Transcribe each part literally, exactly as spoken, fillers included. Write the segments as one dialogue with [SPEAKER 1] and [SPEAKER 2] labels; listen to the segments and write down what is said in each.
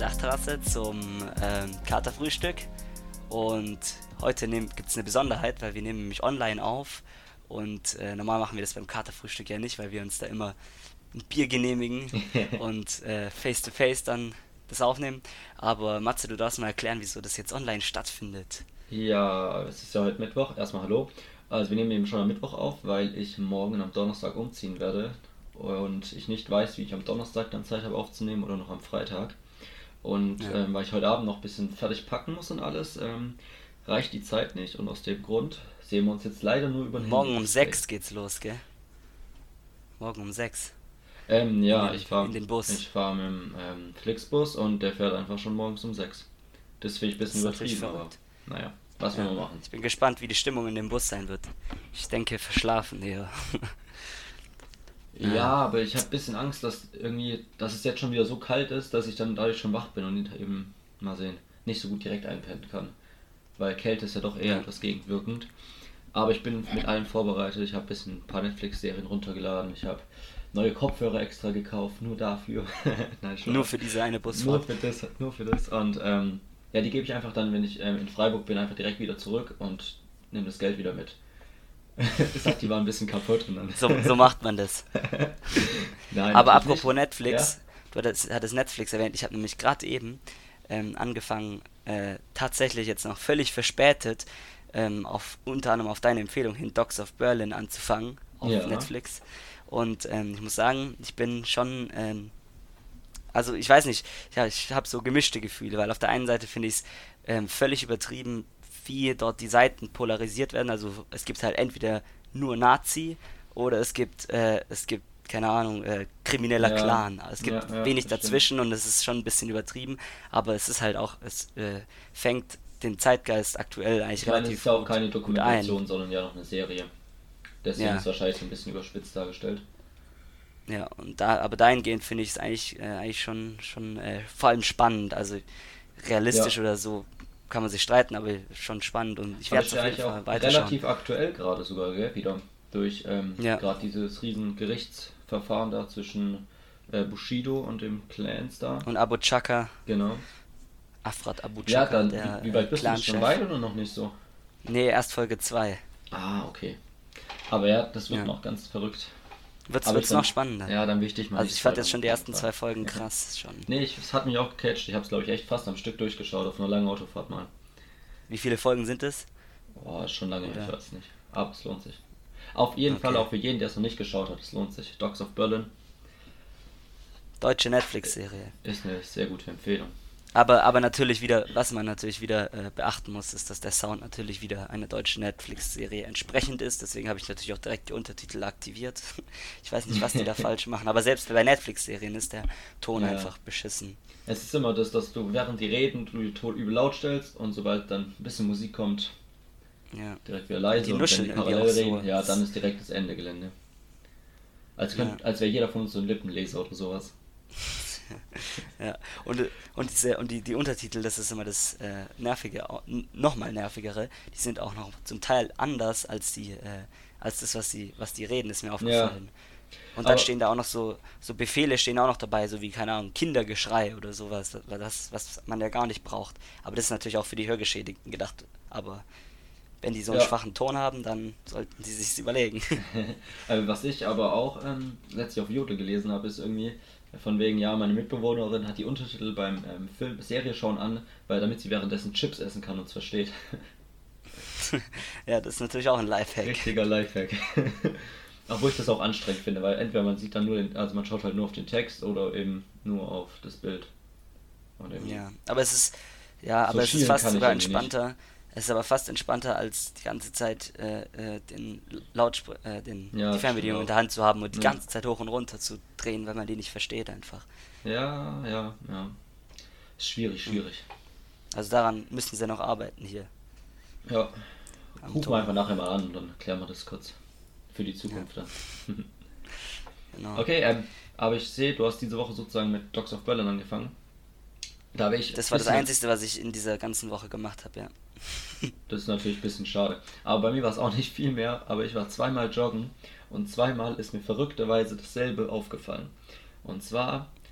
[SPEAKER 1] Dachterrasse zum ähm, Katerfrühstück. Und heute gibt es eine Besonderheit, weil wir nehmen nämlich online auf. Und äh, normal machen wir das beim Katerfrühstück ja nicht, weil wir uns da immer ein Bier genehmigen und äh, face to face dann das aufnehmen. Aber Matze, du darfst mal erklären, wieso das jetzt online stattfindet.
[SPEAKER 2] Ja, es ist ja heute Mittwoch. Erstmal hallo. Also wir nehmen eben schon am Mittwoch auf, weil ich morgen am Donnerstag umziehen werde und ich nicht weiß, wie ich am Donnerstag dann Zeit habe aufzunehmen oder noch am Freitag. Und
[SPEAKER 1] Ja.
[SPEAKER 2] ähm, weil ich heute Abend noch ein bisschen fertig packen muss und alles, ähm, reicht die Zeit nicht und aus dem Grund sehen wir uns jetzt leider nur über ein
[SPEAKER 1] Morgen um
[SPEAKER 2] Handy-Display.
[SPEAKER 1] sechs geht's los, gell? Morgen um sechs
[SPEAKER 2] Ähm,
[SPEAKER 1] in
[SPEAKER 2] ja,
[SPEAKER 1] den,
[SPEAKER 2] ich fahre
[SPEAKER 1] in den Bus.
[SPEAKER 2] ich fahr mit dem ähm, Flixbus und der fährt einfach schon morgens um sechs. Das finde ich ein
[SPEAKER 1] Das
[SPEAKER 2] bisschen
[SPEAKER 1] ist natürlich
[SPEAKER 2] übertrieben, aber
[SPEAKER 1] verrückt.
[SPEAKER 2] naja, was will
[SPEAKER 1] Ja.
[SPEAKER 2] man machen?
[SPEAKER 1] Ich bin gespannt, wie die Stimmung in dem Bus sein wird. Ich denke, verschlafen eher.
[SPEAKER 2] Ja,
[SPEAKER 1] Ja.
[SPEAKER 2] aber ich habe ein bisschen Angst, dass irgendwie, dass es jetzt schon wieder so kalt ist, dass ich dann dadurch schon wach bin und eben, mal sehen, nicht so gut direkt einpennen kann. Weil Kälte ist ja doch eher
[SPEAKER 1] Ja.
[SPEAKER 2] etwas gegenwirkend. Aber ich bin mit allem vorbereitet. Ich habe ein bisschen ein paar Netflix-Serien runtergeladen. Ich habe neue Kopfhörer extra gekauft, nur dafür. Nein,
[SPEAKER 1] Nur
[SPEAKER 2] Spaß.
[SPEAKER 1] für diese eine
[SPEAKER 2] Nur
[SPEAKER 1] Busfahrt.
[SPEAKER 2] für das, nur für das. Und ähm, ja, die gebe ich einfach dann, wenn ich ähm, in Freiburg bin, einfach direkt wieder zurück und nehme das Geld wieder mit. Ich sag, die waren ein bisschen kaputt und dann.
[SPEAKER 1] So, so macht man das.
[SPEAKER 2] Nein,
[SPEAKER 1] Aber
[SPEAKER 2] natürlich nicht.
[SPEAKER 1] apropos
[SPEAKER 2] Ja?
[SPEAKER 1] Netflix, du hattest, hattest Netflix erwähnt. Ich habe nämlich gerade eben ähm, angefangen, äh, tatsächlich jetzt noch völlig verspätet, ähm, auf, unter anderem auf deine Empfehlung hin, Dogs of Berlin anzufangen auf
[SPEAKER 2] Ja.
[SPEAKER 1] Netflix. Und ähm, ich muss sagen, ich bin schon, ähm, also ich weiß nicht, ja, ich habe so gemischte Gefühle, weil auf der einen Seite finde ich es ähm, völlig übertrieben, wie dort die Seiten polarisiert werden. Also es gibt halt entweder nur Nazi oder es gibt, äh, es gibt, keine Ahnung, äh, krimineller
[SPEAKER 2] Ja,
[SPEAKER 1] Clan. Es gibt
[SPEAKER 2] ja, ja,
[SPEAKER 1] wenig
[SPEAKER 2] das stimmt.
[SPEAKER 1] dazwischen und es ist schon ein bisschen übertrieben, aber es ist halt auch, es äh, fängt den Zeitgeist aktuell eigentlich
[SPEAKER 2] Ich meine, es ist
[SPEAKER 1] relativ
[SPEAKER 2] ja auch
[SPEAKER 1] gut,
[SPEAKER 2] keine
[SPEAKER 1] gut ein.
[SPEAKER 2] Dokumentation, sondern ja noch eine Serie. Deswegen ist es
[SPEAKER 1] Ja,
[SPEAKER 2] wahrscheinlich so ein bisschen überspitzt dargestellt.
[SPEAKER 1] ja, und da, aber dahingehend finde ich es eigentlich, äh, eigentlich schon, schon äh, vor allem spannend. Also
[SPEAKER 2] Ja,
[SPEAKER 1] realistisch oder so kann man sich streiten, aber schon spannend und ich
[SPEAKER 2] aber
[SPEAKER 1] werde
[SPEAKER 2] es
[SPEAKER 1] es
[SPEAKER 2] ist ja
[SPEAKER 1] auf jeden
[SPEAKER 2] eigentlich auch
[SPEAKER 1] Fall weiterschauen.
[SPEAKER 2] relativ aktuell gerade sogar, gell, wieder. Durch ähm,
[SPEAKER 1] Ja,
[SPEAKER 2] gerade dieses riesen Gerichtsverfahren da zwischen äh, Bushido und dem Clans da.
[SPEAKER 1] und Abu Chaka,
[SPEAKER 2] Genau.
[SPEAKER 1] Afrat Abu
[SPEAKER 2] Ja,
[SPEAKER 1] Chaka,
[SPEAKER 2] dann, wie,
[SPEAKER 1] der
[SPEAKER 2] wie
[SPEAKER 1] äh,
[SPEAKER 2] weit bist du jetzt schon
[SPEAKER 1] Clanchef.
[SPEAKER 2] weit oder noch nicht so?
[SPEAKER 1] Nee, erst Folge zwei.
[SPEAKER 2] Ah, okay. Aber ja, das wird
[SPEAKER 1] Ja.
[SPEAKER 2] noch ganz verrückt.
[SPEAKER 1] Wird's,
[SPEAKER 2] Aber ich
[SPEAKER 1] wird's noch
[SPEAKER 2] dann,
[SPEAKER 1] spannender.
[SPEAKER 2] ja, dann will ich dich mal
[SPEAKER 1] Also
[SPEAKER 2] nicht
[SPEAKER 1] ich fand jetzt
[SPEAKER 2] spoilern,
[SPEAKER 1] schon
[SPEAKER 2] auf
[SPEAKER 1] die
[SPEAKER 2] jeden
[SPEAKER 1] ersten
[SPEAKER 2] Fall.
[SPEAKER 1] zwei Folgen krass schon.
[SPEAKER 2] Nee, ich, es hat mich auch gecatcht. Ich habe es, glaube ich, echt fast am Stück durchgeschaut auf einer langen Autofahrt mal.
[SPEAKER 1] Wie viele Folgen sind es?
[SPEAKER 2] Boah, ist schon lange her, ich
[SPEAKER 1] Oder?
[SPEAKER 2] weiß nicht. Aber es lohnt sich. Auf jeden Fall
[SPEAKER 1] Okay.
[SPEAKER 2] auch für jeden, der es noch nicht geschaut hat, es lohnt sich. Dogs of Berlin
[SPEAKER 1] Deutsche Netflix-Serie.
[SPEAKER 2] ist eine sehr gute Empfehlung.
[SPEAKER 1] Aber, aber natürlich wieder, was man natürlich wieder äh, beachten muss, ist, dass der Sound natürlich wieder einer deutschen Netflix-Serie entsprechend ist. Deswegen habe ich natürlich auch direkt die Untertitel aktiviert. Ich weiß nicht, was die da falsch machen, aber selbst bei Netflix-Serien ist der Ton
[SPEAKER 2] Ja.
[SPEAKER 1] einfach beschissen.
[SPEAKER 2] Es ist immer das, dass du während die reden, du die Ton übel laut stellst und sobald dann ein bisschen Musik kommt,
[SPEAKER 1] Ja.
[SPEAKER 2] direkt wieder
[SPEAKER 1] Und die
[SPEAKER 2] leise und wenn
[SPEAKER 1] nuscheln
[SPEAKER 2] die
[SPEAKER 1] irgendwie
[SPEAKER 2] parallel
[SPEAKER 1] auch so.
[SPEAKER 2] reden, ja, dann ist direkt das Ende Gelände. Als,
[SPEAKER 1] Ja.
[SPEAKER 2] könnt, als wäre jeder von uns so ein Lippenleser oder sowas.
[SPEAKER 1] Ja, und, und, diese, und die, die Untertitel, das ist immer das äh, Nervige, au- n- nochmal nervigere, die sind auch noch zum Teil anders als die, äh, als das, was die, was die reden, ist mir
[SPEAKER 2] Ja,
[SPEAKER 1] aufgefallen. Und dann
[SPEAKER 2] aber
[SPEAKER 1] stehen da auch noch so, so Befehle stehen auch noch dabei, so wie, keine Ahnung, Kindergeschrei oder sowas, das, das, was man ja gar nicht braucht. Aber das ist natürlich auch für die Hörgeschädigten gedacht. Aber wenn die so einen
[SPEAKER 2] ja,
[SPEAKER 1] schwachen Ton haben, dann sollten sie sich's überlegen.
[SPEAKER 2] Also was ich aber auch ähm, letztlich auf Jodel gelesen habe, ist irgendwie von wegen, ja, meine Mitbewohnerin hat die Untertitel beim ähm, Film, Serie schauen an, weil damit sie währenddessen Chips essen kann und es versteht.
[SPEAKER 1] Ja, das ist natürlich auch ein Lifehack.
[SPEAKER 2] Richtiger Lifehack. Obwohl ich das auch anstrengend finde, weil entweder man sieht dann nur den, also man schaut halt nur auf den Text oder eben nur auf das Bild. Und irgendwie
[SPEAKER 1] Ja, aber es ist, ja,
[SPEAKER 2] so
[SPEAKER 1] aber es ist
[SPEAKER 2] schielen
[SPEAKER 1] fast
[SPEAKER 2] kann ich
[SPEAKER 1] sogar
[SPEAKER 2] irgendwie nicht.
[SPEAKER 1] entspannter. Es ist aber fast entspannter, als die ganze Zeit äh, äh, den Lautspr äh, den,
[SPEAKER 2] Ja,
[SPEAKER 1] die
[SPEAKER 2] das stimmt
[SPEAKER 1] Fernbedienung in
[SPEAKER 2] auch.
[SPEAKER 1] der Hand zu haben und die
[SPEAKER 2] Ja,
[SPEAKER 1] ganze Zeit hoch und runter zu drehen, weil man die nicht versteht einfach.
[SPEAKER 2] ja, ja, ja. Ist schwierig,
[SPEAKER 1] Hm.
[SPEAKER 2] schwierig.
[SPEAKER 1] Also daran müssen sie noch arbeiten hier
[SPEAKER 2] Ja,
[SPEAKER 1] am
[SPEAKER 2] rufen wir
[SPEAKER 1] Ton.
[SPEAKER 2] einfach nachher mal an und dann klären wir das kurz. Für die
[SPEAKER 1] Ja,
[SPEAKER 2] Zukunft dann.
[SPEAKER 1] genau.
[SPEAKER 2] Okay, ähm, aber ich sehe, du hast diese Woche sozusagen mit Dogs of Berlin angefangen. Da habe ich ein
[SPEAKER 1] Das war das
[SPEAKER 2] bisschen,
[SPEAKER 1] Einzige, was ich in dieser ganzen Woche gemacht habe, ja.
[SPEAKER 2] das ist natürlich ein bisschen schade. Aber bei mir war es auch nicht viel mehr, aber ich war zweimal joggen und zweimal ist mir verrückterweise dasselbe aufgefallen. Und zwar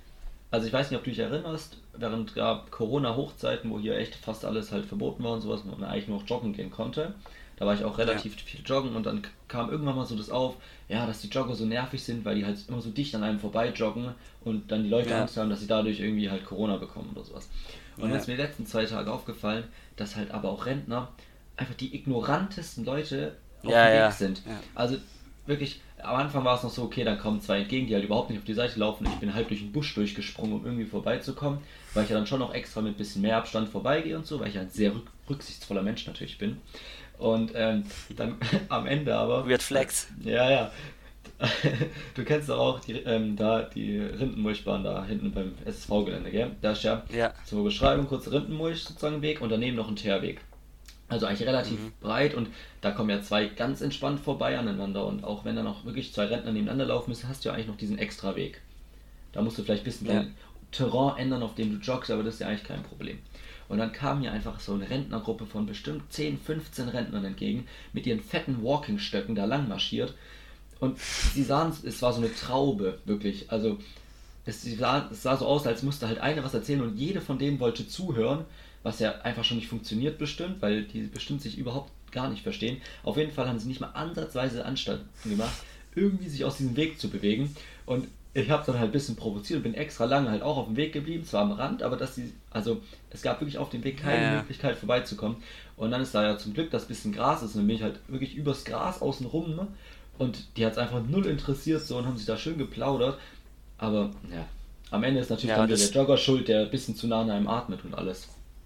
[SPEAKER 2] Also ich weiß nicht, ob du dich erinnerst, während gab Corona-Hochzeiten, wo hier echt fast alles halt verboten war und sowas, wo man eigentlich nur noch joggen gehen konnte. Da war ich auch
[SPEAKER 1] Ja,
[SPEAKER 2] relativ viel joggen und dann k- kam irgendwann mal so das auf, ja, dass die Jogger so nervig sind, weil die halt immer so dicht an einem vorbei joggen und dann die Leute
[SPEAKER 1] ja,
[SPEAKER 2] Angst haben, dass sie dadurch irgendwie halt Corona bekommen oder sowas. Und dann
[SPEAKER 1] ja,
[SPEAKER 2] ist mir die letzten zwei Tage aufgefallen, dass halt aber auch Rentner einfach die ignorantesten Leute auf
[SPEAKER 1] ja,
[SPEAKER 2] dem Weg
[SPEAKER 1] ja,
[SPEAKER 2] sind.
[SPEAKER 1] ja,
[SPEAKER 2] Also wirklich, am Anfang war es noch so, okay, dann kommen zwei entgegen, die halt überhaupt nicht auf die Seite laufen. Ich bin halb durch den Busch durchgesprungen, um irgendwie vorbeizukommen, weil ich ja dann schon noch extra mit ein bisschen mehr Abstand vorbeigehe und so, weil ich ja ein sehr rück rücksichtsvoller Mensch natürlich bin. Und ähm, dann am Ende aber,
[SPEAKER 1] Weird Flex.
[SPEAKER 2] ja, ja, du kennst doch auch die, ähm, da die Rindenmulchbahn da hinten beim S S V-Gelände, gell? Da ist ja
[SPEAKER 1] Ja,
[SPEAKER 2] zur Beschreibung kurze Rindenmulch sozusagen Weg und daneben noch ein Teerweg. Also eigentlich relativ
[SPEAKER 1] mhm,
[SPEAKER 2] breit und da kommen ja zwei ganz entspannt vorbei aneinander und auch wenn dann auch wirklich zwei Rentner nebeneinander laufen müssen, hast du ja eigentlich noch diesen extra Weg. Da musst du vielleicht ein bisschen
[SPEAKER 1] ja,
[SPEAKER 2] dein Terrain ändern, auf dem du joggst, aber das ist ja eigentlich kein Problem. Und dann kam mir einfach so eine Rentnergruppe von bestimmt zehn, fünfzehn Rentnern entgegen, mit ihren fetten Walkingstöcken da lang marschiert. Und sie sahen, es war so eine Traube, wirklich. Also es sah, es sah so aus, als musste halt einer was erzählen und jede von denen wollte zuhören, was ja einfach schon nicht funktioniert bestimmt, weil die bestimmt sich überhaupt gar nicht verstehen. Auf jeden Fall haben sie nicht mal ansatzweise Anstalten gemacht, irgendwie sich aus diesem Weg zu bewegen. Und ich habe dann halt ein bisschen provoziert und bin extra lange halt auch auf dem Weg geblieben, zwar am Rand, aber dass sie, also es gab wirklich auf dem Weg
[SPEAKER 1] ja,
[SPEAKER 2] keine
[SPEAKER 1] ja,
[SPEAKER 2] Möglichkeit vorbeizukommen. Und dann ist da ja zum Glück das bisschen Gras ist und dann bin ich halt wirklich übers Gras außen rum, ne? Und die hat es einfach null interessiert so und haben sich da schön geplaudert. Aber ja, am Ende ist natürlich
[SPEAKER 1] ja,
[SPEAKER 2] dann
[SPEAKER 1] und
[SPEAKER 2] wieder der
[SPEAKER 1] das,
[SPEAKER 2] Jogger schuld, der ein bisschen zu nah an einem atmet und alles.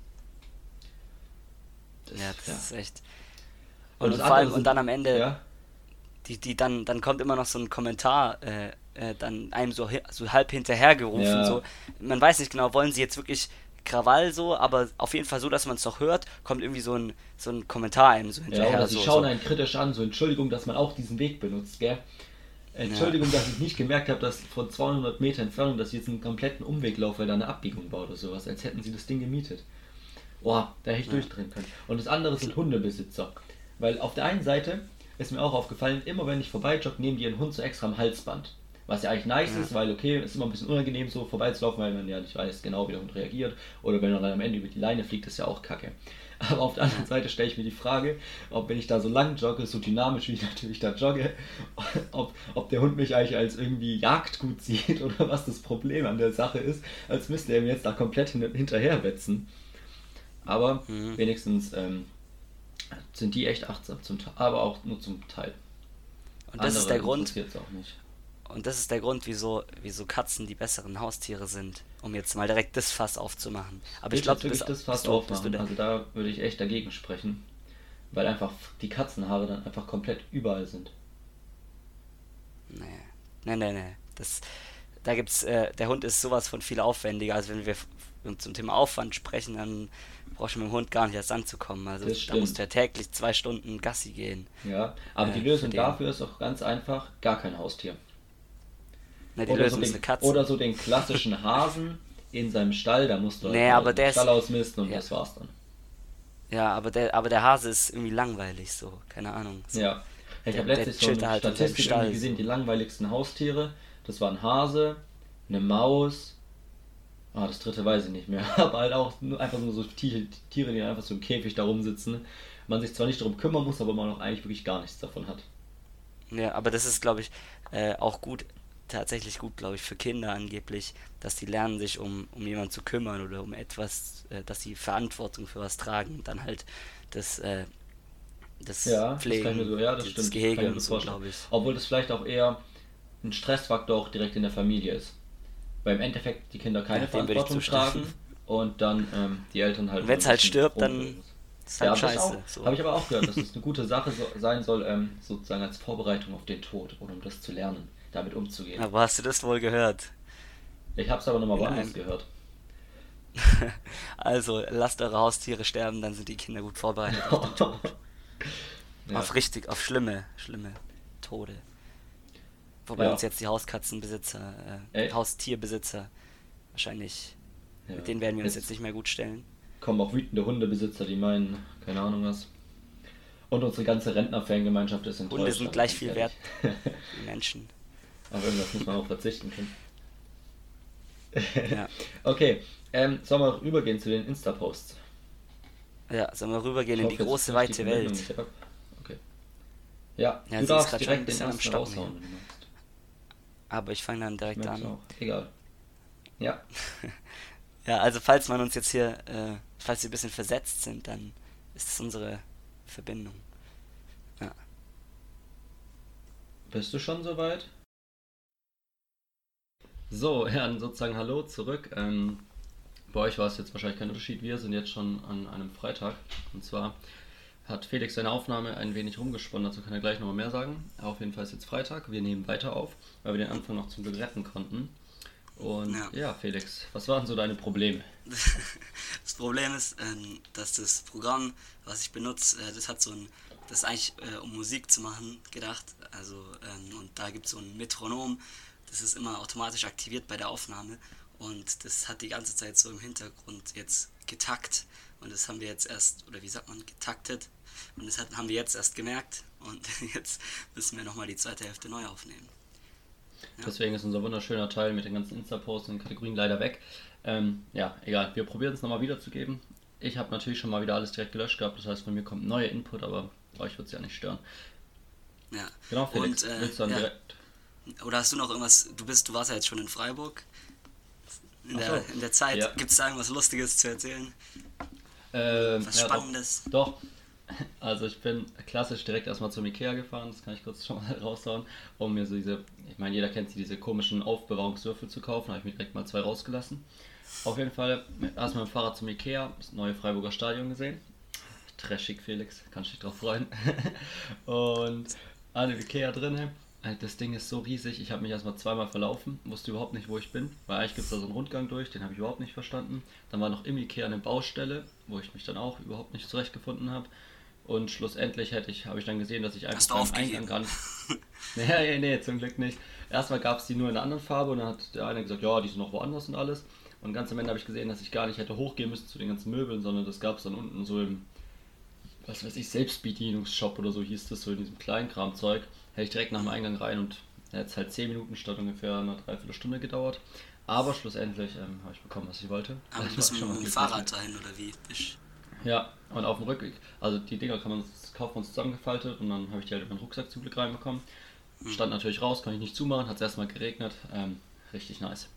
[SPEAKER 2] Das,
[SPEAKER 1] ja,
[SPEAKER 2] ja.
[SPEAKER 1] das ist echt.
[SPEAKER 2] Und
[SPEAKER 1] Und,
[SPEAKER 2] das
[SPEAKER 1] und vor
[SPEAKER 2] andere
[SPEAKER 1] allem, und
[SPEAKER 2] sind,
[SPEAKER 1] dann am Ende,
[SPEAKER 2] ja,
[SPEAKER 1] die, die dann, dann kommt immer noch so ein Kommentar, äh, äh, dann einem so, hi- so halb hinterhergerufen,
[SPEAKER 2] ja,
[SPEAKER 1] so, man weiß nicht genau, wollen sie jetzt wirklich Krawall so, aber auf jeden Fall so, dass man es doch hört, kommt irgendwie so ein, so ein Kommentar einem so
[SPEAKER 2] ja, oder
[SPEAKER 1] hinterher,
[SPEAKER 2] sie
[SPEAKER 1] so,
[SPEAKER 2] schauen
[SPEAKER 1] so,
[SPEAKER 2] einen kritisch an, so Entschuldigung, dass man auch diesen Weg benutzt, gell?
[SPEAKER 1] ja,
[SPEAKER 2] Entschuldigung, dass ich nicht gemerkt habe, dass von zweihundert Meter Entfernung, dass ich jetzt einen kompletten Umweg laufe, weil da eine Abbiegung war oder sowas, als hätten sie das Ding gemietet. Boah, da hätte ich
[SPEAKER 1] ja,
[SPEAKER 2] durchdrehen können. Und das andere sind Hundebesitzer. Weil auf der einen Seite ist mir auch aufgefallen, immer wenn ich vorbeijogge, nehmen die ihren Hund so extra am Halsband. Was ja eigentlich nice
[SPEAKER 1] ja,
[SPEAKER 2] ist, weil okay, ist immer ein bisschen unangenehm so vorbeizulaufen, weil man ja nicht weiß genau, wie der Hund reagiert. Oder wenn er dann am Ende über die Leine fliegt, ist ja auch kacke. Aber auf der anderen
[SPEAKER 1] ja,
[SPEAKER 2] Seite stelle ich mir die Frage, ob wenn ich da so lang jogge, so dynamisch wie ich natürlich da jogge, ob, ob der Hund mich eigentlich als irgendwie Jagdgut sieht oder was das Problem an der Sache ist, als müsste er mir jetzt da komplett hin, hinterherwetzen. Aber
[SPEAKER 1] mhm.
[SPEAKER 2] wenigstens ähm, sind die echt achtsam, zum Teil, aber auch nur zum Teil.
[SPEAKER 1] Und das ist
[SPEAKER 2] Andere
[SPEAKER 1] der Grund,
[SPEAKER 2] interessiert es auch nicht.
[SPEAKER 1] und das ist der Grund, wieso, wieso Katzen die besseren Haustiere sind, um jetzt mal direkt das Fass aufzumachen. Aber ich
[SPEAKER 2] Willst du
[SPEAKER 1] glaube,
[SPEAKER 2] jetzt
[SPEAKER 1] du
[SPEAKER 2] wirklich
[SPEAKER 1] bist,
[SPEAKER 2] das
[SPEAKER 1] bist
[SPEAKER 2] fast
[SPEAKER 1] du, bist du
[SPEAKER 2] aufmachen?
[SPEAKER 1] der,
[SPEAKER 2] Also da würde ich echt dagegen sprechen, weil einfach die Katzenhaare dann einfach komplett überall sind.
[SPEAKER 1] nee, nee, nee, nee, das, da gibt's, äh, der Hund ist sowas von viel aufwendiger, also wenn wir f- zum Thema Aufwand sprechen, dann brauchst du mit dem Hund gar nicht erst anzukommen. Also
[SPEAKER 2] Das
[SPEAKER 1] da musst du
[SPEAKER 2] stimmt.
[SPEAKER 1] ja täglich zwei Stunden Gassi gehen,
[SPEAKER 2] Ja, aber die
[SPEAKER 1] äh, für
[SPEAKER 2] Lösung
[SPEAKER 1] den.
[SPEAKER 2] dafür ist auch ganz einfach, gar kein Haustier.
[SPEAKER 1] Ne, die
[SPEAKER 2] Oder so
[SPEAKER 1] Lösung ist
[SPEAKER 2] den,
[SPEAKER 1] eine Katze.
[SPEAKER 2] oder so den klassischen Hasen in seinem Stall, da musst du halt
[SPEAKER 1] Nee,
[SPEAKER 2] mal
[SPEAKER 1] aber
[SPEAKER 2] den
[SPEAKER 1] der
[SPEAKER 2] Stall
[SPEAKER 1] ist,
[SPEAKER 2] ausmisten und
[SPEAKER 1] ja,
[SPEAKER 2] das war's dann.
[SPEAKER 1] ja, aber der, aber der Hase ist irgendwie langweilig, so, keine Ahnung, so.
[SPEAKER 2] Ja. Ich
[SPEAKER 1] Der,
[SPEAKER 2] habe
[SPEAKER 1] der
[SPEAKER 2] letztens so
[SPEAKER 1] chillt
[SPEAKER 2] eine
[SPEAKER 1] da halt in seinem
[SPEAKER 2] Statistik irgendwie
[SPEAKER 1] Stall,
[SPEAKER 2] gesehen, die
[SPEAKER 1] so.
[SPEAKER 2] langweiligsten Haustiere. Das waren Hase, eine Maus, ah, das dritte weiß ich nicht mehr. Aber halt auch nur einfach nur so Tiere, Tiere, die einfach so im Käfig da rumsitzen. Man sich zwar nicht darum kümmern muss, aber man auch eigentlich wirklich gar nichts davon hat.
[SPEAKER 1] Ja, aber das ist, glaube ich, äh, auch gut, tatsächlich gut, glaube ich, für Kinder angeblich, dass die lernen, sich um, um jemanden zu kümmern oder um etwas, äh, dass sie Verantwortung für was tragen und dann halt das, äh, das
[SPEAKER 2] Ja, das kann ich mir
[SPEAKER 1] Pflegen,
[SPEAKER 2] so, ja, das
[SPEAKER 1] die- das
[SPEAKER 2] stimmt, kann ich
[SPEAKER 1] Gehege
[SPEAKER 2] mir
[SPEAKER 1] und
[SPEAKER 2] gut
[SPEAKER 1] so,
[SPEAKER 2] vorstellen.
[SPEAKER 1] glaube ich.
[SPEAKER 2] Obwohl das vielleicht auch eher ein Stressfaktor auch direkt in der Familie ist. Weil im Endeffekt die Kinder
[SPEAKER 1] Ja,
[SPEAKER 2] keine
[SPEAKER 1] dem würde ich
[SPEAKER 2] Verantwortung tragen
[SPEAKER 1] zustimmen.
[SPEAKER 2] und dann ähm, die Eltern halt
[SPEAKER 1] Und
[SPEAKER 2] nur
[SPEAKER 1] wenn
[SPEAKER 2] ein
[SPEAKER 1] es halt
[SPEAKER 2] bisschen
[SPEAKER 1] stirbt,
[SPEAKER 2] rumrühren
[SPEAKER 1] dann
[SPEAKER 2] müssen.
[SPEAKER 1] ist es
[SPEAKER 2] Ja,
[SPEAKER 1] halt
[SPEAKER 2] aber das auch,
[SPEAKER 1] scheiße, so.
[SPEAKER 2] habe ich aber auch gehört, dass es eine gute Sache so, sein soll, ähm, sozusagen als Vorbereitung auf den Tod oder um das zu lernen, damit umzugehen.
[SPEAKER 1] Aber hast du das wohl gehört?
[SPEAKER 2] Ich habe es aber nochmal
[SPEAKER 1] In
[SPEAKER 2] woanders
[SPEAKER 1] einem.
[SPEAKER 2] gehört.
[SPEAKER 1] Also, lasst eure Haustiere sterben, dann sind die Kinder gut vorbereitet auf den Tod.
[SPEAKER 2] Ja,
[SPEAKER 1] Auf richtig, auf schlimme, schlimme Tode. Wobei uns
[SPEAKER 2] ja,
[SPEAKER 1] jetzt die Hauskatzenbesitzer, äh,
[SPEAKER 2] ey,
[SPEAKER 1] Haustierbesitzer wahrscheinlich,
[SPEAKER 2] ja.
[SPEAKER 1] mit denen werden wir uns jetzt
[SPEAKER 2] Jetzt
[SPEAKER 1] nicht mehr gut stellen.
[SPEAKER 2] kommen auch wütende Hundebesitzer, die meinen, keine Ahnung was. Und unsere ganze Rentner-Fangemeinschaft ist
[SPEAKER 1] Hunde
[SPEAKER 2] enttäuscht,
[SPEAKER 1] sind
[SPEAKER 2] dann
[SPEAKER 1] gleich
[SPEAKER 2] ganz
[SPEAKER 1] viel
[SPEAKER 2] ehrlich.
[SPEAKER 1] wert wie Menschen.
[SPEAKER 2] Auf irgendwas muss man auch verzichten können.
[SPEAKER 1] Ja,
[SPEAKER 2] Okay, ähm, sollen wir rübergehen zu den Insta-Posts?
[SPEAKER 1] ja, sollen wir rübergehen
[SPEAKER 2] Ich
[SPEAKER 1] in die
[SPEAKER 2] hoffe, jetzt
[SPEAKER 1] große,
[SPEAKER 2] bricht die
[SPEAKER 1] weite
[SPEAKER 2] Verbindung
[SPEAKER 1] Welt?
[SPEAKER 2] nicht ab. Okay. Ja,
[SPEAKER 1] Ja,
[SPEAKER 2] du
[SPEAKER 1] sie ist
[SPEAKER 2] darfst
[SPEAKER 1] gerade schon ein
[SPEAKER 2] direkt den
[SPEAKER 1] bisschen am
[SPEAKER 2] ersten
[SPEAKER 1] Stocken hier.
[SPEAKER 2] raushauen, wenn du magst.
[SPEAKER 1] Aber ich fange dann
[SPEAKER 2] Ich
[SPEAKER 1] direkt
[SPEAKER 2] merke es
[SPEAKER 1] an.
[SPEAKER 2] auch. Egal. Ja,
[SPEAKER 1] Ja, also falls man uns jetzt hier, äh, falls wir ein bisschen versetzt sind, dann ist es unsere Verbindung. Ja,
[SPEAKER 2] bist du schon soweit? So, ja, dann sozusagen Hallo zurück. Ähm, bei euch war es jetzt wahrscheinlich kein Unterschied. Wir sind jetzt schon an einem Freitag. Und zwar hat Felix seine Aufnahme ein wenig rumgesponnen, dazu kann er gleich nochmal mehr sagen. Auf jeden Fall ist jetzt Freitag, wir nehmen weiter auf, weil wir den Anfang noch zum Glück retten konnten. Und
[SPEAKER 1] ja.
[SPEAKER 2] ja, Felix, was waren so deine Probleme?
[SPEAKER 1] Das Problem ist, ähm, dass das Programm, was ich benutze, äh, das hat so ein, das ist eigentlich äh, um Musik zu machen gedacht. Also ähm, und da gibt es so ein Metronom, das ist immer automatisch aktiviert bei der Aufnahme und das hat die ganze Zeit so im Hintergrund jetzt getakt und das haben wir jetzt erst, oder wie sagt man, getaktet und das hat, haben wir jetzt erst gemerkt und jetzt müssen wir nochmal die zweite Hälfte neu aufnehmen. Ja,
[SPEAKER 2] Deswegen ist unser wunderschöner Teil mit den ganzen Insta-Posts und Kategorien leider weg. Ähm, ja, egal, wir probieren es nochmal wiederzugeben. Ich habe natürlich schon mal wieder alles direkt gelöscht gehabt, das heißt, von mir kommt neuer Input, aber euch wird es ja nicht stören.
[SPEAKER 1] ja.
[SPEAKER 2] Genau,
[SPEAKER 1] Und
[SPEAKER 2] Felix,
[SPEAKER 1] äh,
[SPEAKER 2] willst du dann
[SPEAKER 1] ja,
[SPEAKER 2] direkt...
[SPEAKER 1] oder hast du noch irgendwas, du bist, du warst ja jetzt schon in Freiburg, in
[SPEAKER 2] Achso,
[SPEAKER 1] der, in der Zeit,
[SPEAKER 2] ja.
[SPEAKER 1] gibt es da irgendwas Lustiges zu erzählen?
[SPEAKER 2] Ähm,
[SPEAKER 1] Was
[SPEAKER 2] ja, doch,
[SPEAKER 1] Spannendes?
[SPEAKER 2] doch. Also ich bin klassisch direkt erstmal zum Ikea gefahren, das kann ich kurz schon mal raushauen, um mir so diese, ich meine, jeder kennt sie, diese komischen Aufbewahrungswürfel zu kaufen, habe ich mir direkt mal zwei rausgelassen. Auf jeden Fall erstmal mit dem Fahrrad zum Ikea, das neue Freiburger Stadion gesehen. Trashig, Felix, kannst dich drauf freuen. Und an dem Ikea drinne. Das Ding ist so riesig, ich habe mich erstmal zweimal verlaufen, wusste überhaupt nicht, wo ich bin, weil eigentlich gibt es da so einen Rundgang durch, den habe ich überhaupt nicht verstanden. Dann war noch im Ikea eine Baustelle, wo ich mich dann auch überhaupt nicht zurechtgefunden habe. Und schlussendlich hätte ich, habe ich dann gesehen, dass ich einfach
[SPEAKER 1] Hast du
[SPEAKER 2] beim Eingang
[SPEAKER 1] aufgegeben?
[SPEAKER 2] gar nicht. Nee, nee, nee, zum Glück nicht. Erstmal gab es die nur in einer anderen Farbe und dann hat der eine gesagt, ja, die sind noch woanders und alles. Und ganz am Ende habe ich gesehen, dass ich gar nicht hätte hochgehen müssen zu den ganzen Möbeln, sondern das gab es dann unten so im, was weiß ich, Selbstbedienungsshop oder so hieß das, so in diesem Kleinkramzeug. Hätte ich direkt nach dem Eingang rein und jetzt halt zehn Minuten statt ungefähr einer Dreiviertelstunde gedauert. Aber schlussendlich ähm, habe ich bekommen, was ich wollte.
[SPEAKER 1] Aber
[SPEAKER 2] Also
[SPEAKER 1] du
[SPEAKER 2] ich
[SPEAKER 1] bist
[SPEAKER 2] war
[SPEAKER 1] mit,
[SPEAKER 2] schon mal
[SPEAKER 1] mit dem
[SPEAKER 2] Glück
[SPEAKER 1] Fahrrad
[SPEAKER 2] gehabt.
[SPEAKER 1] dahin oder wie? Bist-
[SPEAKER 2] Ja, und auf dem Rückweg, also die Dinger kann man, das kauft man zusammengefaltet und dann habe ich die halt in meinen Rucksack zum Glück reinbekommen. Stand natürlich raus, konnte ich nicht zumachen, hat es erstmal geregnet. Ähm, richtig nice.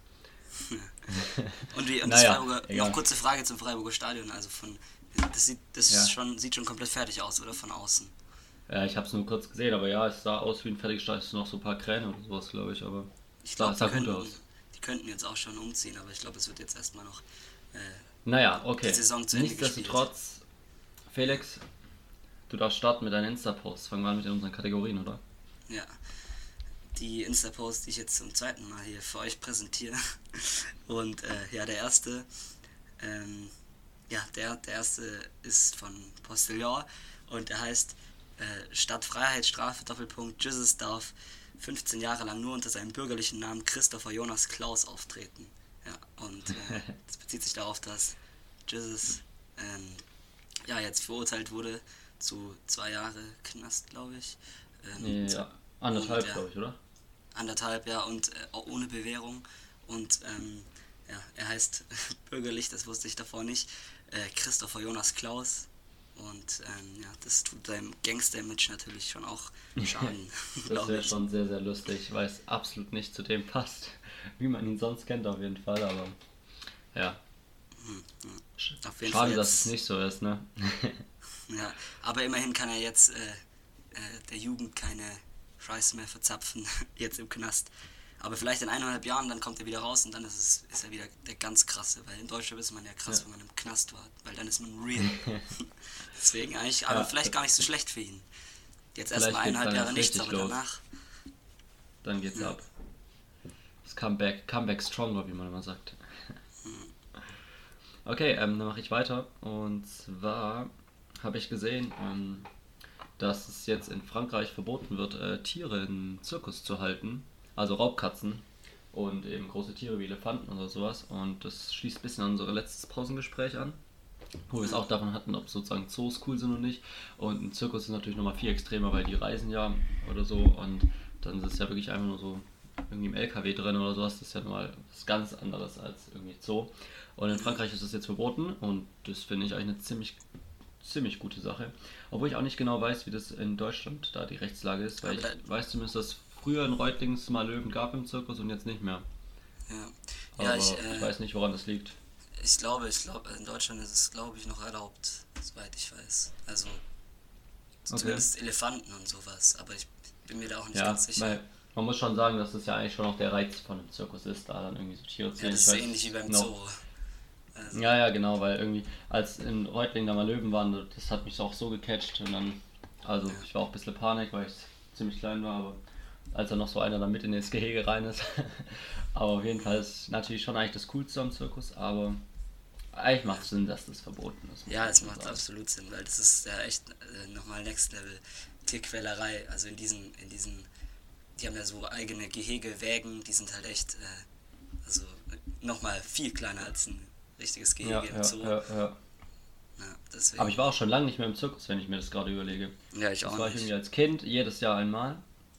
[SPEAKER 1] Und wie, und das
[SPEAKER 2] Naja,
[SPEAKER 1] Freiburger, noch
[SPEAKER 2] egal.
[SPEAKER 1] kurze Frage zum Freiburger Stadion, also von, das sieht, das ist
[SPEAKER 2] Ja.
[SPEAKER 1] schon, sieht schon komplett fertig aus, oder? Von außen.
[SPEAKER 2] Ja, ich habe es nur kurz gesehen, aber ja, es sah aus wie ein fertiges Stadion. Es sind noch so ein paar Kräne oder sowas, glaube ich, aber
[SPEAKER 1] Ich
[SPEAKER 2] es sah,
[SPEAKER 1] glaube,
[SPEAKER 2] es
[SPEAKER 1] die
[SPEAKER 2] sah gut
[SPEAKER 1] könnten,
[SPEAKER 2] aus.
[SPEAKER 1] die könnten jetzt auch schon umziehen, aber ich glaube, es wird jetzt erstmal noch äh,
[SPEAKER 2] Naja,
[SPEAKER 1] die
[SPEAKER 2] okay.
[SPEAKER 1] Saison zu Ende gespielt.
[SPEAKER 2] Nichtsdestotrotz, Felix, du darfst starten mit deinen Insta-Posts. Fangen wir an mit unseren Kategorien, oder?
[SPEAKER 1] Ja, die Insta-Post, die ich jetzt zum zweiten Mal hier für euch präsentiere. Und äh, ja, der erste, ähm, ja, der, der erste ist von Postillon und der heißt äh, Stadt Freiheitsstrafe, Doppelpunkt, Jesus darf fünfzehn Jahre lang nur unter seinem bürgerlichen Namen Christopher Jonas Klaus auftreten. Ja, und äh, das bezieht sich darauf, dass Jesus ähm, ja, jetzt verurteilt wurde zu zwei Jahre Knast, glaube ich. Ähm,
[SPEAKER 2] Ja,
[SPEAKER 1] und
[SPEAKER 2] anderthalb,
[SPEAKER 1] ja,
[SPEAKER 2] glaube ich, oder?
[SPEAKER 1] anderthalb, ja, und äh, auch ohne Bewährung. Und ähm, ja, er heißt bürgerlich, das wusste ich davor nicht, äh, Christopher Jonas Klaus. Und ähm, ja, das tut seinem Gangster-Image natürlich schon auch Schaden,
[SPEAKER 2] Das
[SPEAKER 1] glaube
[SPEAKER 2] wäre
[SPEAKER 1] ich.
[SPEAKER 2] schon sehr, sehr lustig, weil es absolut nicht zu dem passt, wie man ihn sonst kennt auf jeden Fall, aber ja, sch-
[SPEAKER 1] Auf jeden
[SPEAKER 2] schade,
[SPEAKER 1] Fall
[SPEAKER 2] dass es
[SPEAKER 1] jetzt,
[SPEAKER 2] nicht so ist, ne?
[SPEAKER 1] ja, aber immerhin kann er jetzt äh, äh, der Jugend keine Scheiße mehr verzapfen, jetzt im Knast. Aber vielleicht in eineinhalb Jahren, dann kommt er wieder raus und dann ist, es, ist er wieder der ganz krasse, weil in Deutschland ist man ja krass,
[SPEAKER 2] Ja.
[SPEAKER 1] wenn man im Knast war, weil dann ist man real. Deswegen eigentlich, aber
[SPEAKER 2] Ja,
[SPEAKER 1] vielleicht gar nicht so schlecht für ihn. Jetzt
[SPEAKER 2] vielleicht
[SPEAKER 1] erstmal
[SPEAKER 2] geht's
[SPEAKER 1] eineinhalb
[SPEAKER 2] dann
[SPEAKER 1] Jahre
[SPEAKER 2] erst
[SPEAKER 1] nichts,
[SPEAKER 2] richtig
[SPEAKER 1] aber
[SPEAKER 2] los.
[SPEAKER 1] danach,
[SPEAKER 2] Dann geht's
[SPEAKER 1] ja,
[SPEAKER 2] ab. Das Comeback, Comeback stronger, wie man immer sagt. Okay, ähm, dann mache ich weiter. Und zwar habe ich gesehen, ähm, dass es jetzt in Frankreich verboten wird, äh, Tiere im Zirkus zu halten. Also Raubkatzen und eben große Tiere wie Elefanten oder sowas. Und das schließt ein bisschen an unser letztes Pausengespräch an, wo wir es auch davon hatten, ob sozusagen Zoos cool sind oder nicht. Und ein Zirkus ist natürlich nochmal viel extremer, weil die reisen ja oder so. Und dann ist es ja wirklich einfach nur so irgendwie im L K W drin oder sowas. Das ist ja mal was ganz anderes als irgendwie Zoo. Und in Frankreich ist das jetzt verboten und das finde ich eigentlich eine ziemlich, ziemlich gute Sache. Obwohl ich auch nicht genau weiß, wie das in Deutschland da die Rechtslage ist, weil
[SPEAKER 1] Aber da,
[SPEAKER 2] ich weiß zumindest, dass es früher in Reutlings mal Löwen gab im Zirkus und jetzt nicht mehr.
[SPEAKER 1] ja. Ja, ich,
[SPEAKER 2] Aber ich
[SPEAKER 1] äh,
[SPEAKER 2] weiß nicht, woran das liegt.
[SPEAKER 1] ich glaube, ich glaube, in Deutschland ist es, glaube ich, noch erlaubt, soweit ich weiß. Also
[SPEAKER 2] Okay.
[SPEAKER 1] zumindest Elefanten und sowas, aber ich bin mir da auch nicht ganz
[SPEAKER 2] Ja,
[SPEAKER 1] sicher.
[SPEAKER 2] weil man muss schon sagen, dass das ja eigentlich schon auch der Reiz von einem Zirkus ist, da dann irgendwie so Tiere zu
[SPEAKER 1] Ja,
[SPEAKER 2] sehen.
[SPEAKER 1] das
[SPEAKER 2] Ich
[SPEAKER 1] ist ähnlich wie
[SPEAKER 2] weiß
[SPEAKER 1] beim
[SPEAKER 2] noch.
[SPEAKER 1] Zoo. Also,
[SPEAKER 2] Ja, ja, genau, weil irgendwie, als in Reutlingen da mal Löwen waren, das hat mich auch so gecatcht und dann, also
[SPEAKER 1] ja.
[SPEAKER 2] ich war auch ein bisschen Panik, weil ich ziemlich klein war, aber als dann noch so einer da mit in das Gehege rein ist. Aber auf jeden Fall ist natürlich schon eigentlich das Coolste am Zirkus, aber eigentlich macht es Sinn, dass das verboten ist, muss
[SPEAKER 1] Ja,
[SPEAKER 2] man
[SPEAKER 1] es
[SPEAKER 2] schon
[SPEAKER 1] macht
[SPEAKER 2] sagen.
[SPEAKER 1] absolut Sinn, weil das ist ja echt äh, nochmal Next Level Tierquälerei. Also in diesen, in diesen, die haben ja so eigene Gehege, Wägen, die sind halt echt, äh, also nochmal viel kleiner als ein richtiges
[SPEAKER 2] Ja,
[SPEAKER 1] Gehege im
[SPEAKER 2] ja,
[SPEAKER 1] Zoo.
[SPEAKER 2] ja, ja.
[SPEAKER 1] Ja,
[SPEAKER 2] Aber ich
[SPEAKER 1] deswegen.
[SPEAKER 2] war auch schon lange nicht mehr im Zirkus, wenn ich mir das gerade überlege.
[SPEAKER 1] Ja, ich
[SPEAKER 2] Das
[SPEAKER 1] auch
[SPEAKER 2] war ich irgendwie
[SPEAKER 1] nicht.
[SPEAKER 2] als Kind jedes Jahr einmal,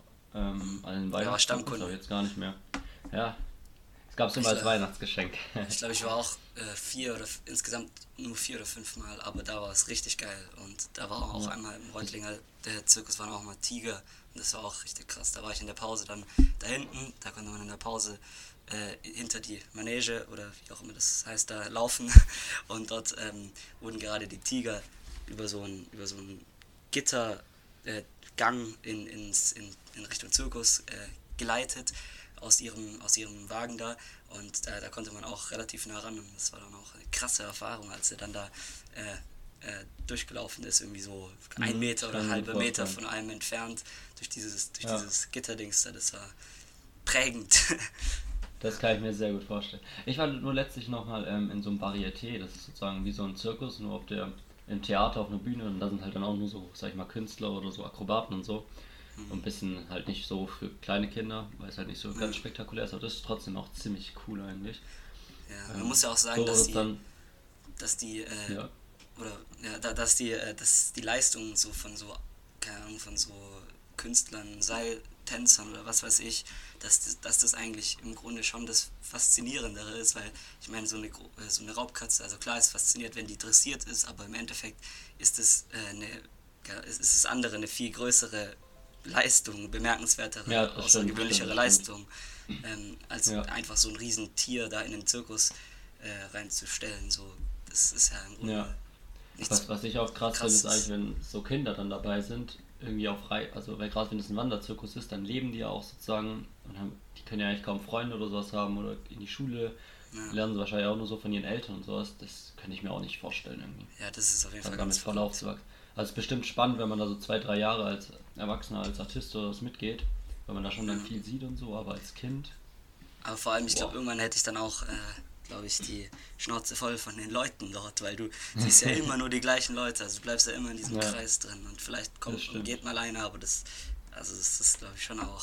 [SPEAKER 2] ähm, an den
[SPEAKER 1] Ja, war
[SPEAKER 2] Weihnachtszirkus, aber
[SPEAKER 1] Stammkunde.
[SPEAKER 2] jetzt gar nicht mehr. Ja, es gab es immer
[SPEAKER 1] Ich,
[SPEAKER 2] als
[SPEAKER 1] äh,
[SPEAKER 2] Weihnachtsgeschenk.
[SPEAKER 1] ich glaube, ich war auch äh, vier oder f- insgesamt nur vier oder fünf Mal, aber da war es richtig geil. Und da war auch
[SPEAKER 2] Ja.
[SPEAKER 1] einmal im
[SPEAKER 2] Das,
[SPEAKER 1] Reutlinger, der Zirkus waren auch mal Tiger. Und das war auch richtig krass. Da war ich in der Pause dann da hinten, da konnte man in der Pause äh, hinter die Manege oder wie auch immer das heißt, da laufen. Und dort ähm, wurden gerade die Tiger über so ein, über so ein Gitter äh, Gang in, ins, in, in Richtung Zirkus äh, geleitet aus ihrem, aus ihrem Wagen da und da, da konnte man auch relativ nah ran und das war dann auch eine krasse Erfahrung, als er dann da äh, äh, durchgelaufen ist, irgendwie so ein
[SPEAKER 2] mhm,
[SPEAKER 1] Meter
[SPEAKER 2] das
[SPEAKER 1] oder
[SPEAKER 2] kann ich mir gut
[SPEAKER 1] halbe Meter
[SPEAKER 2] vorstellen.
[SPEAKER 1] von einem entfernt durch dieses, durch
[SPEAKER 2] Ja,
[SPEAKER 1] dieses Gitterdings da, das war prägend.
[SPEAKER 2] das kann ich mir sehr gut vorstellen. Ich war nur letztlich nochmal ähm, in so einem Varieté, das ist sozusagen wie so ein Zirkus, nur auf der im Theater auf einer Bühne und da sind halt dann auch nur so, sag ich mal, Künstler oder so Akrobaten und so. Und ein bisschen halt nicht so für kleine Kinder, weil es halt nicht so
[SPEAKER 1] Ja,
[SPEAKER 2] ganz spektakulär ist, aber das ist trotzdem auch ziemlich cool eigentlich.
[SPEAKER 1] ja. Man muss
[SPEAKER 2] Ähm,
[SPEAKER 1] ja auch sagen,
[SPEAKER 2] so
[SPEAKER 1] dass
[SPEAKER 2] wurde es
[SPEAKER 1] die,
[SPEAKER 2] dann,
[SPEAKER 1] dass die, äh,
[SPEAKER 2] ja,
[SPEAKER 1] oder ja, da, dass die, äh, dass die Leistung so von so, keine Ahnung, von so Künstlern, Seiltänzern oder was weiß ich, dass das, dass das eigentlich im Grunde schon das Faszinierendere ist, weil ich meine, so eine, Gro- äh, so eine Raubkatze, also klar ist fasziniert, wenn die dressiert ist, aber im Endeffekt ist es äh, eine, ja, ist ist das andere eine viel größere Leistung,
[SPEAKER 2] ja,
[SPEAKER 1] bemerkenswertere,
[SPEAKER 2] das stimmt, das stimmt,
[SPEAKER 1] außergewöhnlichere
[SPEAKER 2] das stimmt.
[SPEAKER 1] Leistung, ähm, als
[SPEAKER 2] Ja,
[SPEAKER 1] einfach so ein Riesentier da in den Zirkus äh, reinzustellen. So, das ist ja im
[SPEAKER 2] ja.
[SPEAKER 1] Grunde nichts
[SPEAKER 2] Was, was ich auch krass finde, ist eigentlich,
[SPEAKER 1] Krasses.
[SPEAKER 2] wenn so Kinder dann dabei sind, irgendwie auf Rei also weil gerade wenn es ein Wanderzirkus ist, dann leben die ja auch sozusagen und haben, die können ja eigentlich kaum Freunde oder sowas haben oder in die Schule
[SPEAKER 1] Ja,
[SPEAKER 2] lernen sie wahrscheinlich auch nur so von ihren Eltern und sowas. Das könnte ich mir auch nicht vorstellen irgendwie.
[SPEAKER 1] ja, das ist auf jeden
[SPEAKER 2] Also
[SPEAKER 1] Fall
[SPEAKER 2] damit
[SPEAKER 1] ganz
[SPEAKER 2] voll
[SPEAKER 1] verrückt.
[SPEAKER 2] aufzuwachsen. Also es ist bestimmt spannend, wenn man da so zwei, drei Jahre als Erwachsener, als Artist oder was mitgeht, weil man da schon dann
[SPEAKER 1] Ja.
[SPEAKER 2] viel sieht und so, aber als Kind,
[SPEAKER 1] Aber vor allem, ich glaube,
[SPEAKER 2] boah.
[SPEAKER 1] irgendwann hätte ich dann auch, äh, glaube ich, die Schnauze voll von den Leuten dort, weil du siehst ja immer nur die gleichen Leute, also du bleibst ja immer in diesem
[SPEAKER 2] Ja,
[SPEAKER 1] Kreis drin und vielleicht
[SPEAKER 2] das
[SPEAKER 1] kommt und
[SPEAKER 2] stimmt.
[SPEAKER 1] geht mal einer, aber das, also das ist, glaube ich, schon auch,